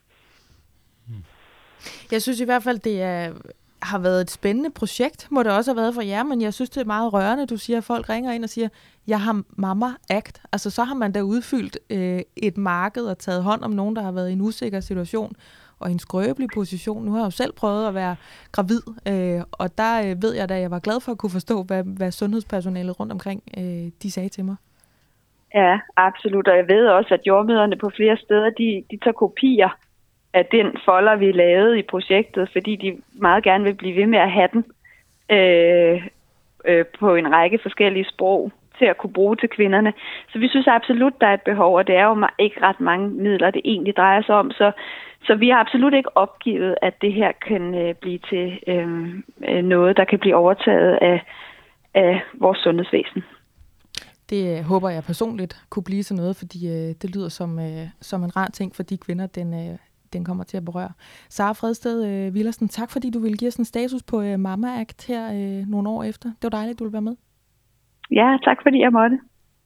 Jeg synes i hvert fald, det er, har været et spændende projekt, må det også have været for jer, men jeg synes, det er meget rørende. Du siger, at folk ringer ind og siger, jeg har Mama Act. Altså, så har man da udfyldt øh, et marked og taget hånd om nogen, der har været i en usikker situation og i en skrøbelig position. Nu har jeg jo selv prøvet at være gravid, øh, og der øh, ved jeg da, jeg var glad for at kunne forstå, hvad, hvad sundhedspersonalet rundt omkring øh, de sagde til mig. Ja, absolut. Og jeg ved også, at jordemødrene på flere steder, de, de tager kopier af den folder, vi lavede i projektet, fordi de meget gerne vil blive ved med at have den øh, øh, på en række forskellige sprog til at kunne bruge til kvinderne. Så vi synes absolut, der er et behov, og det er jo ikke ret mange midler, det egentlig drejer sig om. Så, så vi har absolut ikke opgivet, at det her kan øh, blive til øh, noget, der kan blive overtaget af, af vores sundhedsvæsen. Det håber jeg personligt kunne blive sådan noget, fordi øh, det lyder som, øh, som en rar ting for de kvinder, den, øh, den kommer til at berøre. Sara Fredsted øh, Villersen, tak fordi du ville give os en status på øh, Mama Act her øh, nogle år efter. Det var dejligt, du ville være med. Ja, tak fordi jeg måtte.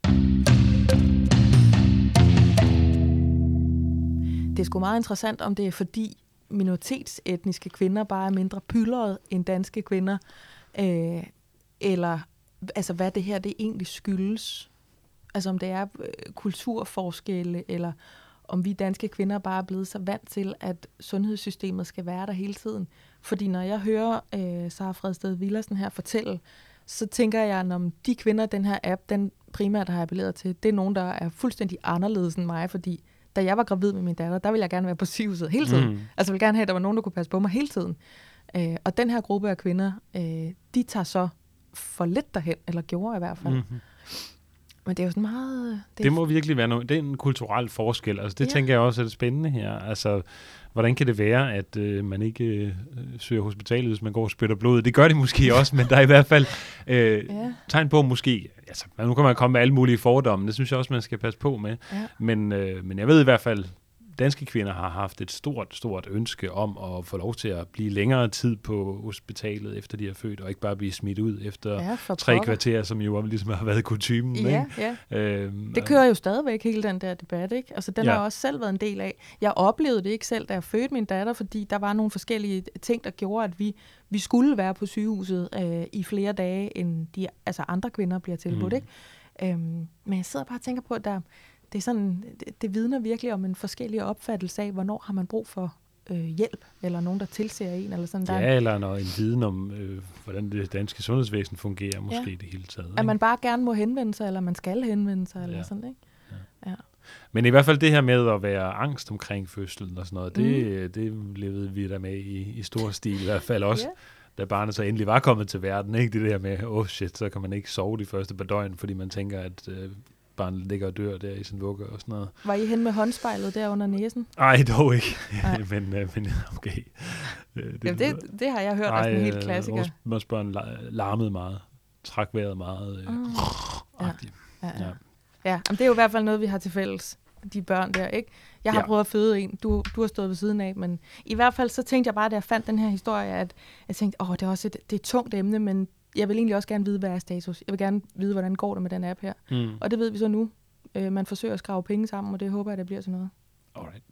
Det er sgu meget interessant, om det er fordi minoritetsetniske kvinder bare er mindre pyldrede end danske kvinder, øh, eller altså hvad det her det egentlig skyldes. Altså om det er øh, kulturforskelle, eller om vi danske kvinder bare er blevet så vant til, at sundhedssystemet skal være der hele tiden. Fordi når jeg hører øh, Sara Fredsted Villersen her fortælle, så tænker jeg, når de kvinder, den her app, den primært har appelleret til, det er nogen, der er fuldstændig anderledes end mig, fordi da jeg var gravid med min datter, der ville jeg gerne være på sygehuset hele tiden. Mm. Altså jeg ville gerne have, at der var nogen, der kunne passe på mig hele tiden. Øh, og den her gruppe af kvinder, øh, de tager så for lidt derhen, eller gjorde i hvert fald. Mm-hmm. Men det er jo sådan meget... Det, det må virkelig være noget. Det er en kulturel forskel. Altså det ja. tænker jeg også er det spændende her. Altså, hvordan kan det være, at øh, man ikke øh, søger hospitalet, hvis man går og spytter blod? Det gør de måske også, men der er i hvert fald øh, ja. tegn på måske... Altså, nu kan man komme med alle mulige fordomme. Det synes jeg også, man skal passe på med. Ja. Men, øh, men jeg ved i hvert fald, danske kvinder har haft et stort, stort ønske om at få lov til at blive længere tid på hospitalet, efter de er født, og ikke bare blive smidt ud efter Ja, for tre pokker. kvarter, som jo ligesom har været kutymen. Ja, ikke? ja. Øhm, Det kører jo stadigvæk, hele den der debat, ikke? Altså, den Ja. har jeg også selv været en del af. Jeg oplevede det ikke selv, da jeg fødte min datter, fordi der var nogle forskellige ting, der gjorde, at vi, vi skulle være på sygehuset øh, i flere dage, end de altså andre kvinder bliver tilbudt, Mm. ikke? Øhm, men jeg sidder bare og tænker på, at der, det, er sådan, det, det vidner virkelig om en forskellig opfattelse af, hvornår har man brug for øh, hjælp, eller nogen, der tilser en, eller sådan der. Ja, eller noget, en viden om, øh, hvordan det danske sundhedsvæsen fungerer, måske Ja. i det hele taget. At ikke? man bare gerne må henvende sig, eller man skal henvende sig, eller Ja. sådan, ikke? Ja. Men i hvert fald det her med at være angst omkring fødslen og sådan noget, det, mm. det levede vi der med i, i stor stil i hvert fald også. Ja. Da barnet så endelig var kommet til verden, ikke? Det der med, åh oh shit, så kan man ikke sove de første par døgn, fordi man tænker, at øh, barnet ligger og dør der i sin vugge og sådan noget. Var I hen med håndspejlet der under næsen? Ej, dog ikke. Nej. men, øh, men okay. Øh, Jamen, det, det har jeg hørt er sådan en helt klassiker. Vores, vores børn la- larmede meget, trak vejret meget. Øh, Mm. Ja. agtigt. Ja, ja. Ja. Ja, jamen, det er jo i hvert fald noget, vi har til fælles, de børn der, ikke? Jeg har Ja. prøvet at føde en, du, du har stået ved siden af, men i hvert fald så tænkte jeg bare, da jeg fandt den her historie, at jeg tænkte, åh, det er også et, det er et tungt emne, men jeg vil egentlig også gerne vide, hvad er status. Jeg vil gerne vide, hvordan går det med den app her. Mm. Og det ved vi så nu. Øh, man forsøger at skrave penge sammen, og det håber jeg, det bliver sådan noget. Alright.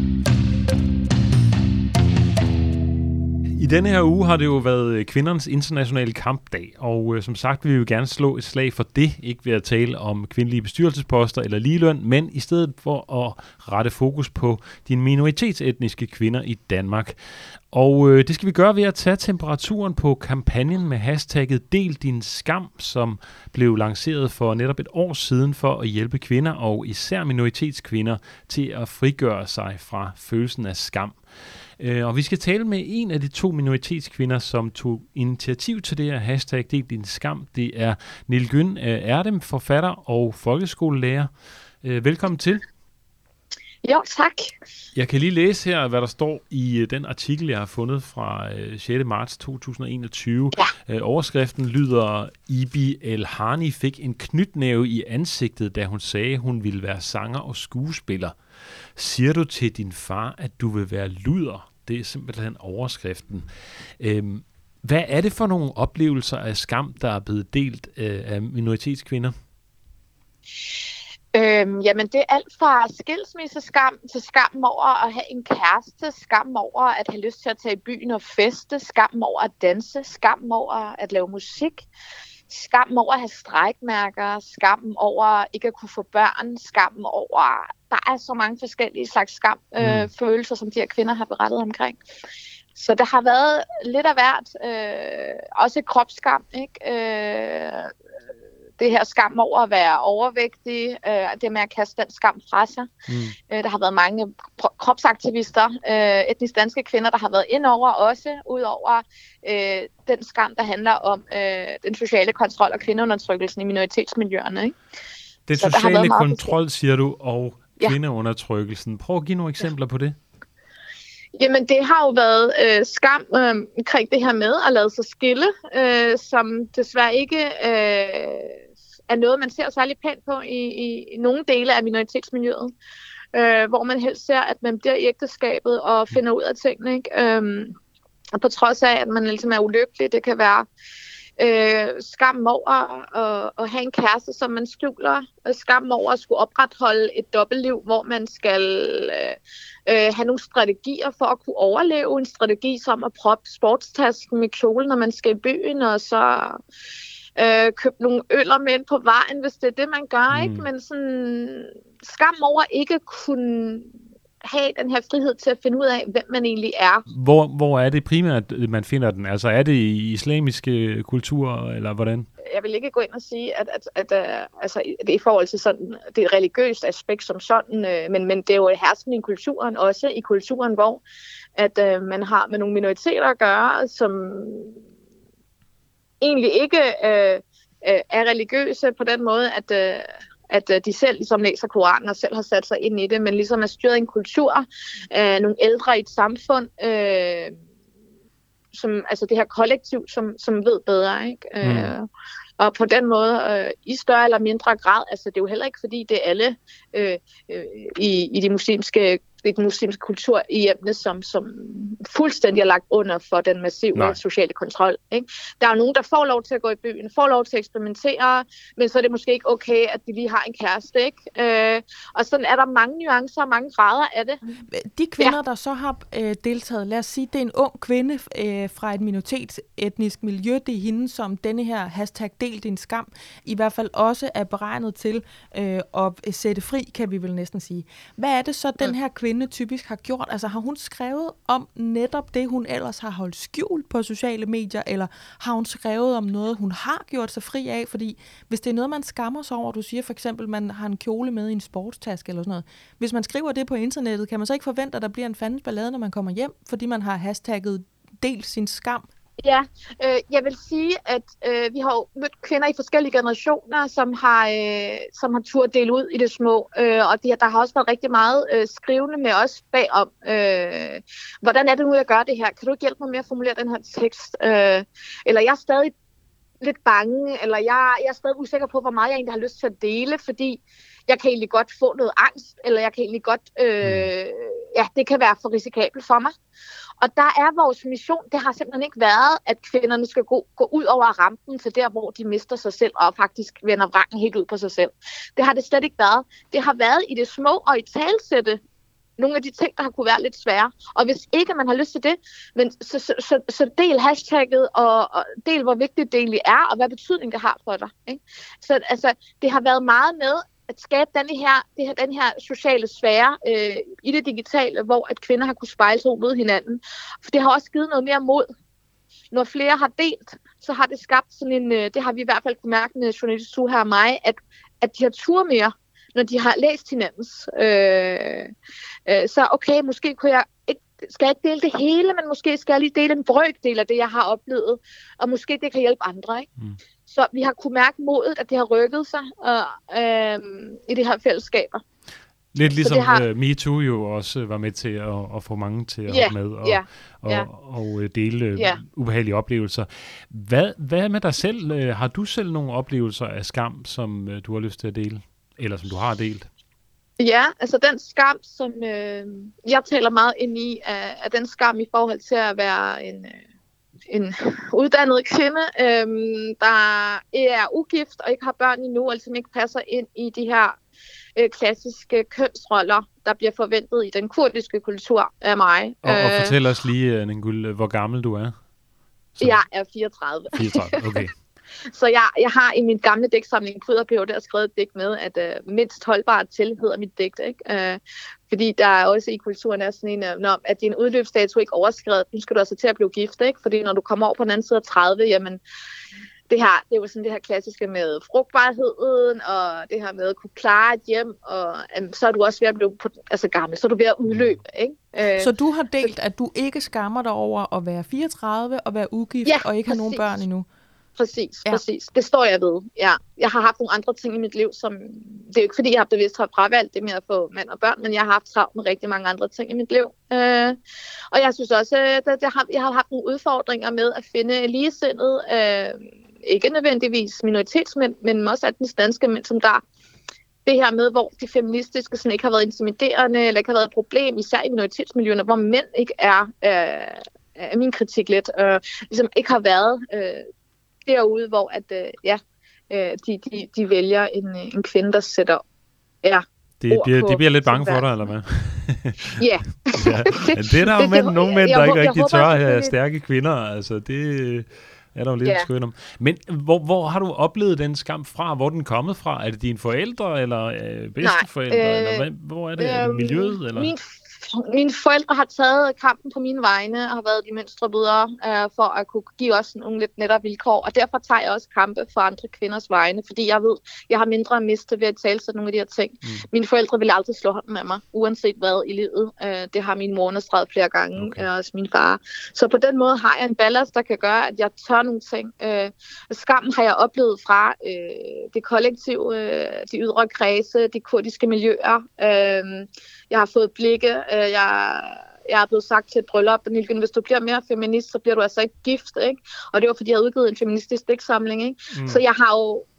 I denne her uge har det jo været kvindernes internationale kampdag, og øh, som sagt vil vi jo gerne slå et slag for det, ikke ved at tale om kvindelige bestyrelsesposter eller ligeløn, men i stedet for at rette fokus på de minoritetsetniske kvinder i Danmark. Og øh, det skal vi gøre ved at tage temperaturen på kampagnen med hashtagget Del din skam, som blev lanceret for netop et år siden for at hjælpe kvinder og især minoritetskvinder til at frigøre sig fra følelsen af skam. Øh, og vi skal tale med en af de to minoritetskvinder, som tog initiativ til det her hashtag Del din skam. Det er Nilgün Erdem, forfatter og folkeskolelærer. Øh, velkommen til. Jo, tak. Jeg kan lige læse her, hvad der står i øh, den artikel, jeg har fundet fra øh, sjette marts to tusind og enogtyve. Ja. Øh, overskriften lyder, Ibi El-Hani fik en knytnæve i ansigtet, da hun sagde, hun ville være sanger og skuespiller. Siger du til din far, at du vil være luder? Det er simpelthen overskriften. Øhm, hvad er det for nogle oplevelser af skam, der er blevet delt øh, af minoritetskvinder? Øhm, jamen, det er alt fra skilsmisseskam til skam over at have en kæreste, skam over at have lyst til at tage i byen og feste, skam over at danse, skam over at lave musik, skam over at have strækmærker, skam over ikke at kunne få børn, skam over... Der er så mange forskellige slags skam, øh, Mm. følelser, som de her kvinder har berettet omkring. Så der har været lidt af hvert. Øh, også kropsskam, ikke? Øh, det her skam over at være overvægtig, øh, det med at kaste den skam fra sig. Mm. Øh, der har været mange pro- kropsaktivister, øh, etnisk danske kvinder, der har været ind over også, ud over øh, den skam, der handler om øh, den sociale kontrol og kvindeundertrykkelsen i minoritetsmiljøerne. Ikke? Den Så der har sociale været meget kontrol, siger du, og Ja. kvindeundertrykkelsen. Prøv at give nogle eksempler ja. på det. Jamen, det har jo været øh, skam øh, omkring det her med at lade sig skille, øh, som desværre ikke øh, er noget, man ser særlig pænt på i, i, i nogle dele af minoritetsmiljøet. Øh, hvor man helst ser, at man bliver i ægteskabet og finder ud af tingene. Ikke? Øh, og på trods af, at man ligesom er ulykkelig, det kan være øh, skam over at, at have en kæreste, som man skjuler. Skam over at skulle opretholde et dobbeltliv, hvor man skal øh, øh, have nogle strategier for at kunne overleve. En strategi som at proppe sportstasken med kjolen, når man skal i byen, og så øh, købe nogle øller med ind på vejen, hvis det er det, man gør. Mm. Ikke? Men sådan skam over ikke kunne have den her frihed til at finde ud af, hvem man egentlig er. Hvor, hvor er det primært, man finder den? Altså er det i islamiske kulturer, eller hvordan? Jeg vil ikke gå ind og sige, at, at, at, at altså, det er i forhold til sådan, det religiøse aspekt som sådan, øh, men, men det er jo herskende i kulturen, også i kulturen, hvor at, øh, man har med nogle minoriteter at gøre, som egentlig ikke øh, øh, er religiøse på den måde, at øh, at øh, de selv ligesom læser Koranen og selv har sat sig ind i det, men ligesom er styret i en kultur, øh, nogle ældre i et samfund, øh, som, altså det her kollektiv, som, som ved bedre, ikke? Mm. Øh, og på den måde, øh, i større eller mindre grad, altså det er jo heller ikke, fordi det er alle øh, øh, i, i de muslimske i den muslimske kultur i hjemmene, som, som fuldstændig er lagt under for den massive Nej. sociale kontrol. Ikke? Der er nogen, der får lov til at gå i byen, får lov til at eksperimentere, men så er det måske ikke okay, at de lige har en kæreste. Ikke? Øh, og sådan er der mange nuancer og mange grader af det. De kvinder, ja. der så har øh, deltaget, lad os sige, det er en ung kvinde øh, fra et minoritetsetnisk miljø, det er hende, som denne her hashtag del din skam, i hvert fald også er beregnet til øh, at sætte fri, kan vi vel næsten sige. Hvad er det så, den her kvinde typisk har gjort? Altså har hun skrevet om netop det, hun ellers har holdt skjult på sociale medier, eller har hun skrevet om noget, hun har gjort sig fri af? Fordi hvis det er noget, man skammer sig over, du siger for eksempel, man har en kjole med i en sportstaske eller sådan noget. Hvis man skriver det på internettet, kan man så ikke forvente, at der bliver en fandens ballade, når man kommer hjem, fordi man har hashtagget del sin skam? Ja, øh, jeg vil sige, at øh, vi har jo mødt kvinder i forskellige generationer, som har, øh, som har turde dele ud i det små, øh, og de, der har også været rigtig meget øh, skrivende med os bagom. Øh, hvordan er det nu, jeg gør det her? Kan du ikke hjælpe mig med at formulere den her tekst? Øh, eller jeg er stadig lidt bange, eller jeg, jeg er stadig usikker på, hvor meget jeg egentlig har lyst til at dele, fordi jeg kan egentlig godt få noget angst, eller jeg kan egentlig godt, øh, ja, det kan være for risikabelt for mig. Og der er vores mission, det har simpelthen ikke været, at kvinderne skal gå, gå ud over rampen til der, hvor de mister sig selv, og faktisk vender vrangen helt ud på sig selv. Det har det slet ikke været. Det har været i det små og i talsætte nogle af de ting, der har kunne være lidt svære. Og hvis ikke man har lyst til det, men så, så, så, så del hashtagget, og, og del hvor vigtigt det egentlig er, og hvad betydning det har for dig. Ikke? Så altså, det har været meget med at skabe denne her, det her, den her sociale sfære øh, i det digitale, hvor at kvinder har kunne spejle sig mod hinanden. For det har også givet noget mere mod. Når flere har delt, så har det skabt sådan en, øh, det har vi i hvert fald kunne mærke med journalist Sue her og mig, at, at de har tur mere, når de har læst hinandens. Øh, øh, så okay, måske kunne jeg ikke, skal jeg ikke dele det hele, men måske skal jeg lige dele en brøkdel af det, jeg har oplevet, og måske det kan hjælpe andre, ikke? Mm. Så vi har kunne mærke modet, at det har rykket sig øh, øh, i de her fællesskaber. Lidt ligesom har... uh, MeToo jo også var med til at, at få mange til at yeah, med og, yeah, og, yeah. og, og dele yeah. ubehagelige oplevelser. Hvad, hvad med dig selv? Har du selv nogle oplevelser af skam, som uh, du har lyst til at dele? Eller som du har delt? Ja, altså den skam, som øh, jeg taler meget ind i, er, er den skam i forhold til at være en... Øh, en uddannet kvinde, øhm, der er ugift og ikke har børn endnu, altså ikke passer ind i de her øh, klassiske kønsroller, der bliver forventet i den kurdiske kultur af mig. Og, og fortæl os lige, Nengül, hvor gammel du er. Så... Jeg er fireogtredive. fireogtredive, okay. Så jeg, jeg har i min gamle digtsamling Pryd og P H D skrevet et digt med, at øh, mindst holdbart til hedder mit digt. Ikke? Øh, fordi der er også i kulturen er sådan en, øh, at din udløbsdato ikke overskrevet, nu skal du altså til at blive gift. Ikke? Fordi når du kommer over på den anden side af tredive, jamen det her, det er jo sådan det her klassiske med frugtbarheden, og det her med at kunne klare et hjem, og øh, så er du også ved at blive altså gammel, så er du ved at udløbe. Ikke? Øh, så du har delt, at du ikke skammer dig over at være fireogtredive og være ugift, ja, og ikke have nogen børn endnu? Præcis, ja. præcis. Det står jeg ved. Ja. Jeg har haft nogle andre ting i mit liv, som... Det er jo ikke, fordi jeg har bevidst har fravalgt det med at få mand og børn, men jeg har haft travlt med rigtig mange andre ting i mit liv. Øh, og jeg synes også, at jeg har, jeg har haft nogle udfordringer med at finde ligesindede, øh, ikke nødvendigvis minoritetsmænd, men også etnisk danske mænd, som der... Det her med, hvor de feministiske sådan ikke har været intimiderende, eller ikke har været et problem, især i minoritetsmiljøerne, hvor mænd ikke er... Øh, er min kritik lidt, øh, ligesom ikke har været... Øh, derude, hvor at, øh, ja, øh, de, de, de vælger en, en kvinde, der sætter ja, de, bliver, de bliver lidt bange for dig, eller hvad? Yeah. ja. Men det er der jo mænd, nogle mænd, der jeg, ikke jeg, rigtig jeg tør at have stærke kvinder. Altså, det er der jo lidt yeah. skønt om. Men hvor, hvor har du oplevet den skam fra? Hvor er den kommet fra? Er det dine forældre, eller øh, bedsteforældre? Nej, øh, eller hvad, hvor er det? Øh, er det miljøet? Eller? Min Mine forældre har taget kampen på mine vegne og har været de mønstrebydere øh, for at kunne give os nogle lidt nettere vilkår. Og derfor tager jeg også kampe for andre kvinders vegne, fordi jeg ved, jeg har mindre at miste ved at tale sådan nogle af de her ting. Mm. Mine forældre vil aldrig slå hånden af mig, uanset hvad i livet. Øh, det har min mor understreget flere gange, okay. og også min far. Så på den måde har jeg en ballast, der kan gøre, at jeg tør nogle ting. Øh, skammen har jeg oplevet fra øh, det kollektive, øh, de ydre kredse, de kurdiske miljøer. Øh, jeg har fået blikke. Jeg, jeg er blevet sagt til et bryllup, Nilgen, hvis du bliver mere feminist, så bliver du altså ikke gift, ikke? Og det var, fordi jeg havde udgivet en feministisk digtsamling, ikke? Mm. Så jeg har jo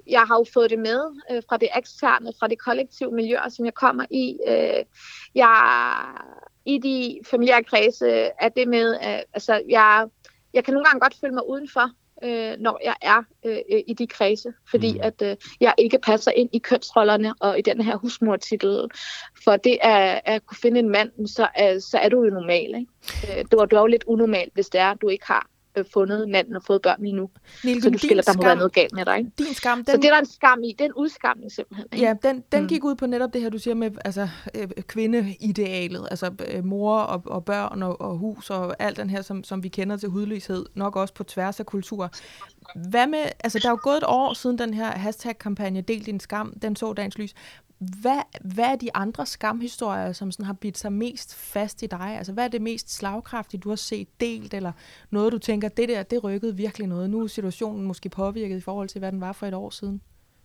jeg har jo fået det med øh, fra det eksterne, fra det kollektive miljøer, som jeg kommer i. Øh, jeg, I de familiære kredse er det med, øh, altså jeg, jeg kan nogle gange godt føle mig udenfor, øh, når jeg er øh, i de kredse, fordi mm. at øh, jeg ikke passer ind i kønsrollerne og i den her husmortitel. For det er at kunne finde en mand, så er, så er du jo normal. Ikke? Øh, du, er, du er jo lidt unormal, hvis det er, at du ikke har fundet manden og fået børn endnu. Nielke, så du skiller, der må skam, være noget galt med dig. Ikke? Din skam, den, så det er der en skam i. Det er en udskamning simpelthen. Ikke? Ja, den, den mm. gik ud på netop det her, du siger med altså, øh, kvindeidealet. Altså øh, mor og, og børn og, og hus og alt den her, som, som vi kender til hudløshed, nok også på tværs af kultur. Hvad med, altså der er jo gået et år siden den her hashtag-kampagne Del din skam, den så dagens lys. Hvad, hvad er de andre skamhistorier, som sådan har bidt sig mest fast i dig? Altså, hvad er det mest slagkraftige, du har set delt, eller noget, du tænker, det der, det rykkede virkelig noget? Nu er situationen måske påvirket i forhold til, hvad den var for et år siden.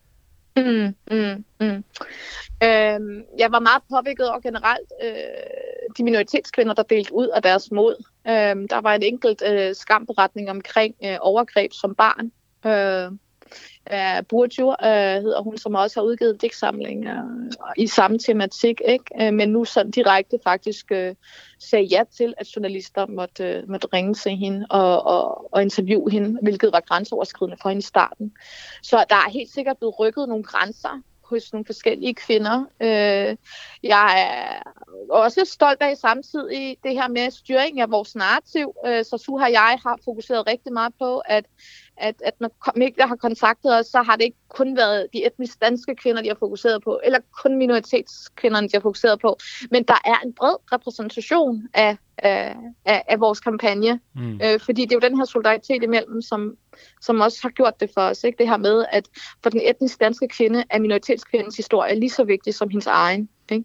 Mm, mm, mm. Øhm, jeg var meget påvirket over generelt øh, de minoritetskvinder, der delte ud af deres mod. Øhm, der var en enkelt øh, skamberetning omkring øh, overgreb som barn. Øh, Uh, Burju uh, hedder hun, som også har udgivet en digtsamling uh, i samme tematik, ikke? Uh, men nu sådan direkte faktisk uh, sagde ja til, at journalister måtte, uh, måtte ringe til hende og, og, og interviewe hende, hvilket var grænseoverskridende for hende i starten. Så der er helt sikkert blevet rykket nogle grænser hos nogle forskellige kvinder. Uh, jeg er også stolt af samtidig det her med styring af vores narrativ. Uh, så Suha og jeg har fokuseret rigtig meget på, at At, at når medier har kontaktet os, så har det ikke kun været de etnisk danske kvinder, de har fokuseret på, eller kun minoritetskvinderne, de har fokuseret på, men der er en bred repræsentation af, af, af, af vores kampagne, mm. øh, fordi det er jo den her solidaritet imellem, som, som også har gjort det for os, ikke? Det her med, at for den etnisk danske kvinde er minoritetskvindens historie lige så vigtig som hendes egen.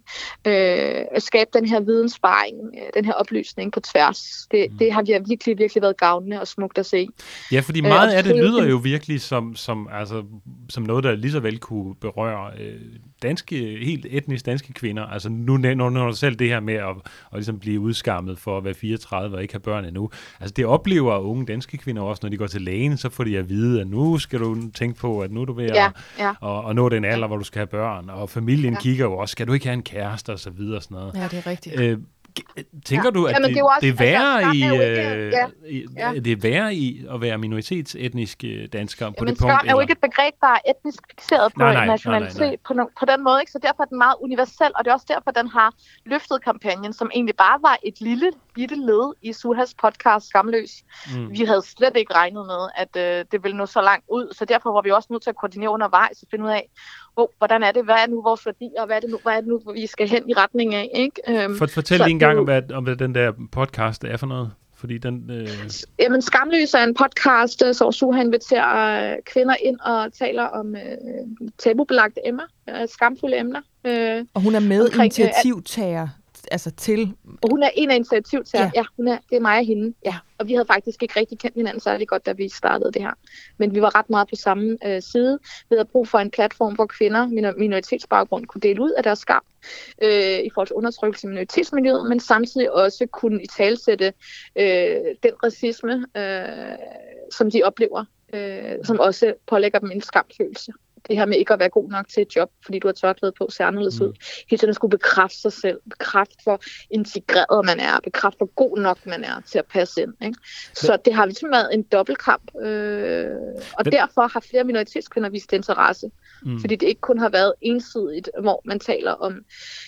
Øh, at skabe den her videnssparing, den her oplysning på tværs. Det, mm. det har virkelig, virkelig været gavnende og smukt at se. Ja, fordi meget øh, af det lyder jo virkelig som, som, altså, som noget, der lige så vel kunne berøre øh, danske, helt etnisk danske kvinder. Altså nu nævner du selv det her med at, at ligesom blive udskammet for at være fireogtredive og ikke have børn endnu. Altså det oplever unge danske kvinder også, når de går til lægen, så får de at vide, at nu skal du tænke på, at nu er du ved at, ja, ja. at, at nå den alder, hvor du skal have børn. Og familien ja. kigger jo også, skal du ikke have en kæreste og så videre og sådan noget. Ja, det er rigtigt. Øh, tænker ja. du, at Jamen, det, det, er også, det er værre altså, i, øh, ja. i ja. det er værre i at være minoritetsetniske danskere på Jamen, det punkt? Skam er jo ikke et begreb, der er etnisk fikseret på nej, nej, nationalitet nej, nej, nej. På, på den måde, ikke? Så derfor er den meget universel, og det er også derfor, den har løftet kampagnen, som egentlig bare var et lille, bitte led i Suhas podcast Skamløs. Mm. Vi havde slet ikke regnet med, at øh, det ville nå så langt ud, så derfor var vi også nødt til at koordinere undervejs og finde ud af, oh, hvordan er det, hvad er nu vores værdier, og hvad er det nu, hvad er det nu vi skal hen i retning af, ikke? Øhm, For, fortæl lige en gang, om hvad, om hvad den der podcast er for noget. Fordi den, øh... Jamen, Skamløs er en podcast, så Suha inviterer kvinder ind og taler om øh, tabubelagte emner, øh, skamfulde emner. Øh, og hun er med initiativtager. Altså til... Og hun er en af initiativtagerne. Ja. ja, hun er, det er mig og hende. Ja. Og vi havde faktisk ikke rigtig kendt hinanden særlig godt, da vi startede det her. Men vi var ret meget på samme øh, side. Vi havde brug for en platform, hvor kvinder med minoritetsbaggrund kunne dele ud af deres skam øh, i forhold til undertrykkelse i minoritetsmiljøet, men samtidig også kunne italesætte øh, den racisme, øh, som de oplever, øh, som også pålægger dem en skamfølelse. Det her med ikke at være god nok til et job, fordi du har tørklæde på, ser anderledes ud. Hele tiden skulle bekræfte sig selv, bekræfte hvor integreret man er, bekræfte hvor god nok man er til at passe ind. Ikke? Så det har ligesom været en dobbeltkamp, øh, og det... derfor har flere minoritetskvinder vist interesse, mm. fordi det ikke kun har været ensidigt, hvor man taler om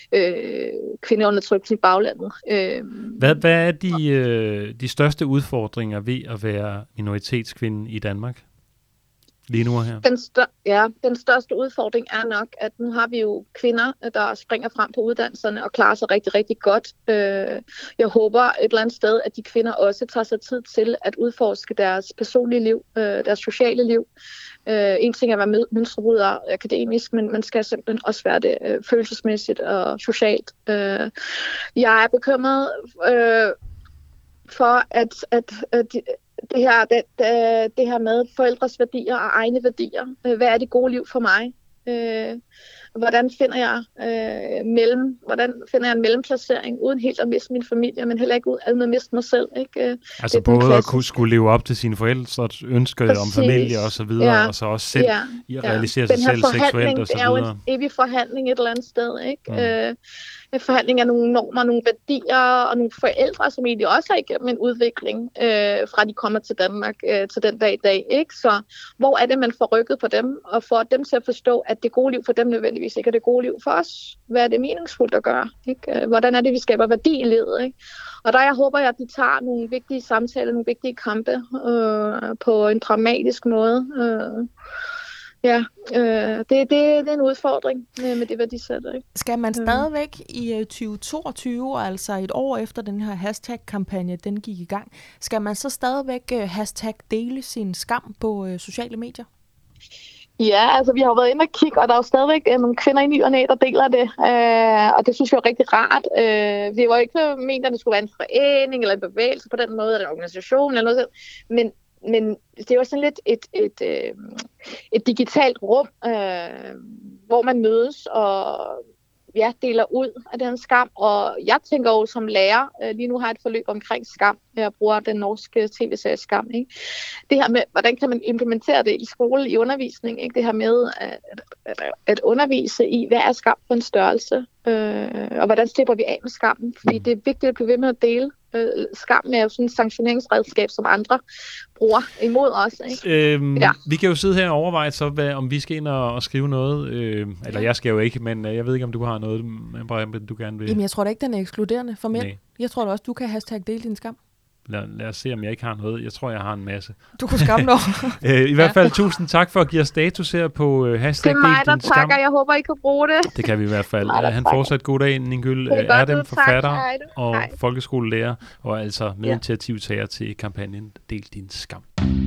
øh, kvindeundertrykkelse i baglandet. Øh, hvad, hvad er de, øh, de største udfordringer ved at være minoritetskvinde i Danmark? Lige nu her. Den, stør- ja, den største udfordring er nok, at nu har vi jo kvinder, der springer frem på uddannelserne og klarer sig rigtig, rigtig godt. Øh, jeg håber et eller andet sted, at de kvinder også tager sig tid til at udforske deres personlige liv, øh, deres sociale liv. Øh, en ting er at være mønsterbryder akademisk, men man skal simpelthen også være det øh, følelsesmæssigt og socialt. Øh, jeg er bekymret øh, for, at, at, at de, Det her, det, det her med forældres værdier og egne værdier. Hvad er det gode liv for mig? hvordan finder jeg øh, mellem, hvordan finder jeg en mellemplacering, uden helt at miste min familie, men heller ikke uden at miste mig selv. Ikke? Altså både at kunne skulle leve op til sine forældres ønsker Præcis. om familie og så videre, ja. og så også selv ja. i realisere ja. sig selv seksuelt og så videre. Det er jo en evig forhandling et eller andet sted, ikke? Mm. Øh, en forhandling af nogle normer, nogle værdier og nogle forældre, som egentlig også har igennem en udvikling, øh, fra de kommer til Danmark øh, til den dag i dag. Ikke? Så hvor er det, man får rykket på dem, og får dem til at forstå, at det gode liv for dem nødvendigvis ikke er det gode liv for os? Hvad er det meningsfuldt at gøre? Ikke? Hvordan er det, vi skaber værdi i livet? Ikke? Og der jeg håber jeg, at de tager nogle vigtige samtaler, nogle vigtige kampe øh, på en dramatisk måde. Øh, Ja, øh, det, det, det er en udfordring med, med det værdisæt. Ikke? Skal man stadigvæk i tyve toogtyve, altså et år efter den her hashtag-kampagne, den gik i gang, skal man så stadigvæk hashtag dele sin skam på øh, sociale medier? Ja, altså vi har jo været inde og kigge, og der er jo stadigvæk øh, nogle kvinder i ny og næ, der deler det, øh, og det synes vi er rigtig rart. Øh, vi var ikke ment, at det skulle være en forening eller en bevægelse på den måde, eller en organisation eller noget, men Men det er jo sådan lidt et, et, et, et digitalt rum, øh, hvor man mødes og ja, deler ud af den skam. Og jeg tænker jo som lærer, øh, lige nu har jeg et forløb omkring skam. Jeg bruger den norske tv-serie Skam. Ikke? Det her med, hvordan kan man implementere det i skole, i undervisning? Ikke? Det her med at, at, at undervise i, hvad er skam for en størrelse? Øh, og hvordan slipper vi af med skammen? Fordi det er vigtigt at blive ved med at dele. Øh, skam er jo sådan et sanktioneringsredskab, som andre bruger imod os. Ikke? Øhm, ja. Vi kan jo sidde her og overveje, så, hvad, om vi skal ind og, og skrive noget. Øh, eller jeg skal jo ikke, men øh, jeg ved ikke, om du har noget, du gerne vil. Jamen, jeg tror da ikke, den er ekskluderende for mænd. Nej. Jeg tror da også, du kan hashtag dele din skam. Lad, lad os se, om jeg ikke har noget. Jeg tror, jeg har en masse. Du kunne skamme noget. øh, I hvert fald tusind tak for at give os status her på uh, hashtag del din skam. Det er mig, der takker. Jeg håber, I kan bruge det. Det kan vi i hvert fald. Mig, Han fortsat god dag, Ningøl. Er dem forfatter tak, og Hej. folkeskolelærer, og altså medinitiativtager ja. til kampagnen Del din skam.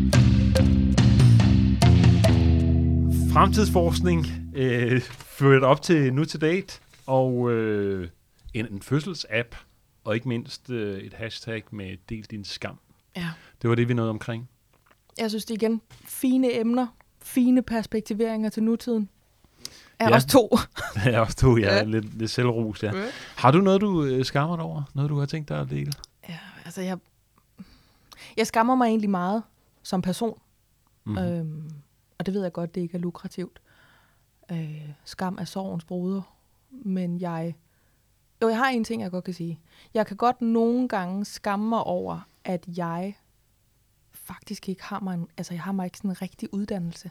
Fremtidsforskning øh, ført op til nu til date, og øh, en, en fødselsapp, og ikke mindst øh, et hashtag med Del din skam. Ja. Det var det, vi nåede omkring. Jeg synes, det igen fine emner, fine perspektiveringer til nutiden. Er ja. også to. er også to, ja. ja. Lidt, lidt selvros, ja. ja. Har du noget, du øh, skammer dig over? Noget, du har tænkt dig at dele? Ja, altså jeg... Jeg skammer mig egentlig meget som person. Mm-hmm. Øhm, og det ved jeg godt, det ikke er lukrativt. Øh, skam er sorgens broder. Men jeg... Jo, jeg har en ting, jeg godt kan sige. Jeg kan godt nogle gange skamme mig over, at jeg faktisk ikke har mig en, altså jeg har mig ikke sådan en rigtig uddannelse.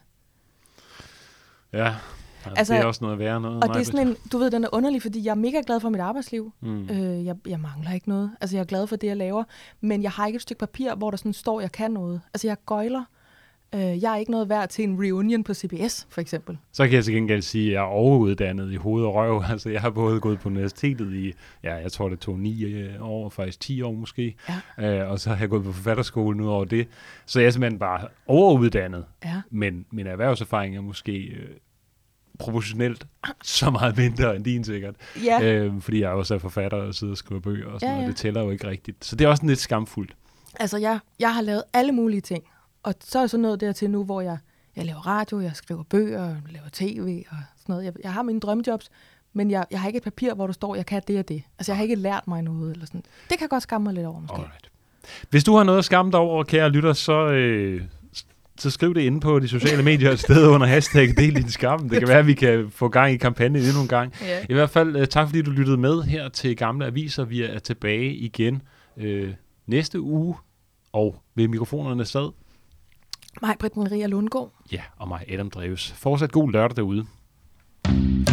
Ja, altså, det er også noget værre noget. Og det er sådan en, du ved, den er underlig, fordi jeg er mega glad for mit arbejdsliv. Mm. Øh, jeg, jeg mangler ikke noget. Altså jeg er glad for det, jeg laver. Men jeg har ikke et stykke papir, hvor der sådan står, jeg kan noget. Altså jeg gøjler. Øh, jeg er ikke noget værd til en reunion på C B S, for eksempel. Så kan jeg til gengæld sige, at jeg er overuddannet i hoved og røv. Altså, jeg har både gået på universitetet i, ja, jeg tror, det tog ni år, faktisk ti år måske. Ja. Øh, og så har jeg gået på forfatterskolen ud over det. Så jeg er simpelthen bare overuddannet. Ja. Men min erhvervserfaring er måske øh, proportionelt så meget mindre end din sikkert. Ja. Øh, fordi jeg også er forfatter og sidder og skriver bøger og sådan ja, ja. noget. Det tæller jo ikke rigtigt. Så det er også lidt skamfuldt. Altså, jeg, jeg har lavet alle mulige ting. Og så er jeg så nået dertil nu, hvor jeg, jeg laver radio, jeg skriver bøger, jeg laver tv og sådan noget. Jeg, jeg har mine drømmejobs, men jeg, jeg har ikke et papir, hvor der står, jeg kan det og det. Altså, jeg har ikke lært mig noget eller sådan. Det kan godt skamme mig lidt over, måske. Alright. Hvis du har noget at skamme dig over, kære lytter, så, øh, så skriv det inde på de sociale medier et sted under hashtag Del din skam. Det kan være, at vi kan få gang i kampagnen endnu en gang. Yeah. I hvert fald øh, tak, fordi du lyttede med her til Gamle Aviser. Vi er tilbage igen øh, næste uge, og ved mikrofonerne sad mig, Britt Maria Lundgaard. Ja, og mig, Adam Dreves. Fortsat god lørdag derude.